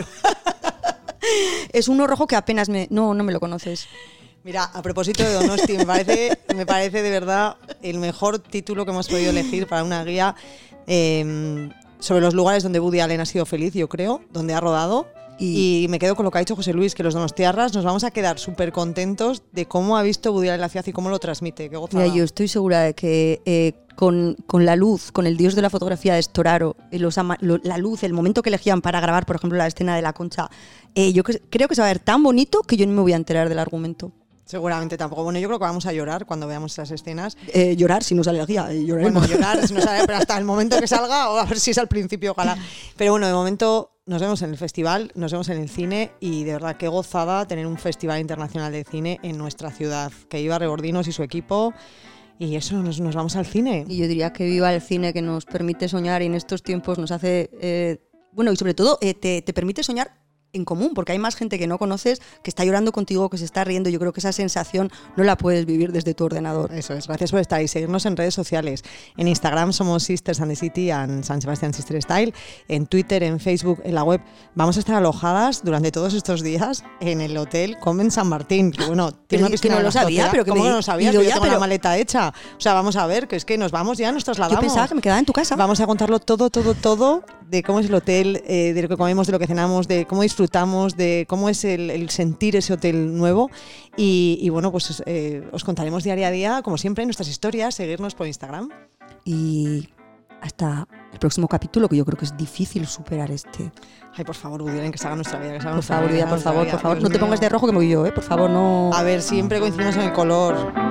es uno rojo que apenas me, no, no me lo conoces. Mira, a propósito de Donosti, me parece, me parece de verdad el mejor título que hemos podido elegir para una guía eh, sobre los lugares donde Woody Allen ha sido feliz, yo creo, donde ha rodado. Y, y me quedo con lo que ha dicho José Luis, que los donostiarras nos vamos a quedar súper contentos de cómo ha visto Woody Allen la ciudad y cómo lo transmite. Qué gozada. Mira, yo estoy segura de que eh, con, con la luz, con el dios de la fotografía de Storaro, eh, los ama- lo- la luz, el momento que elegían para grabar, por ejemplo, la escena de la concha, eh, yo cre- creo que se va a ver tan bonito que yo no me voy a enterar del argumento. Seguramente tampoco. Bueno, yo creo que vamos a llorar cuando veamos esas escenas. Eh, llorar si no sale la guía, eh, lloraremos. Bueno, llorar, si no sale, pero hasta el momento que salga, o a ver si es al principio, ojalá. Pero bueno, de momento nos vemos en el festival, nos vemos en el cine y de verdad qué gozada tener un festival internacional de cine en nuestra ciudad. Que iba Regordinos y su equipo y eso, nos, nos vamos al cine. Y yo diría que viva el cine, que nos permite soñar y en estos tiempos nos hace... eh, bueno, y sobre todo eh, te, te permite soñar en común, porque hay más gente que no conoces que está llorando contigo, que se está riendo. Yo creo que esa sensación no la puedes vivir desde tu ordenador. Eso es, gracias por estar ahí. Seguirnos en redes sociales. En Instagram somos Sisters and the City and San Sebastián Sister Style. En Twitter, en Facebook, en la web. Vamos a estar alojadas durante todos estos días en el Hotel Convent San Martín. Que bueno, tiene Pero una que piscina no de lo la sabía, azotea. pero que ¿Cómo me- no lo sabías? y yo Que yo ya, tengo la pero- maleta hecha. O sea, vamos a ver, que es que nos vamos ya, nos trasladamos. Yo pensaba que me quedaba en tu casa. Vamos a contarlo todo, todo, todo de cómo es el hotel, eh, de lo que comemos, de lo que cenamos, de cómo disfrutamos, de cómo es el, el sentir ese hotel nuevo. Y, y bueno, pues eh, os contaremos día a día, como siempre, nuestras historias, seguirnos por Instagram. Y hasta el próximo capítulo, que yo creo que es difícil superar este. Ay, por favor, Woody Allen, que se haga nuestra vida. Que se haga Por nuestra favor, vida, ya, por nuestra favor, vida. por favor. Dios No te mío. pongas de rojo que me voy yo, ¿eh? Por favor, no... A ver, siempre coincidimos en el color.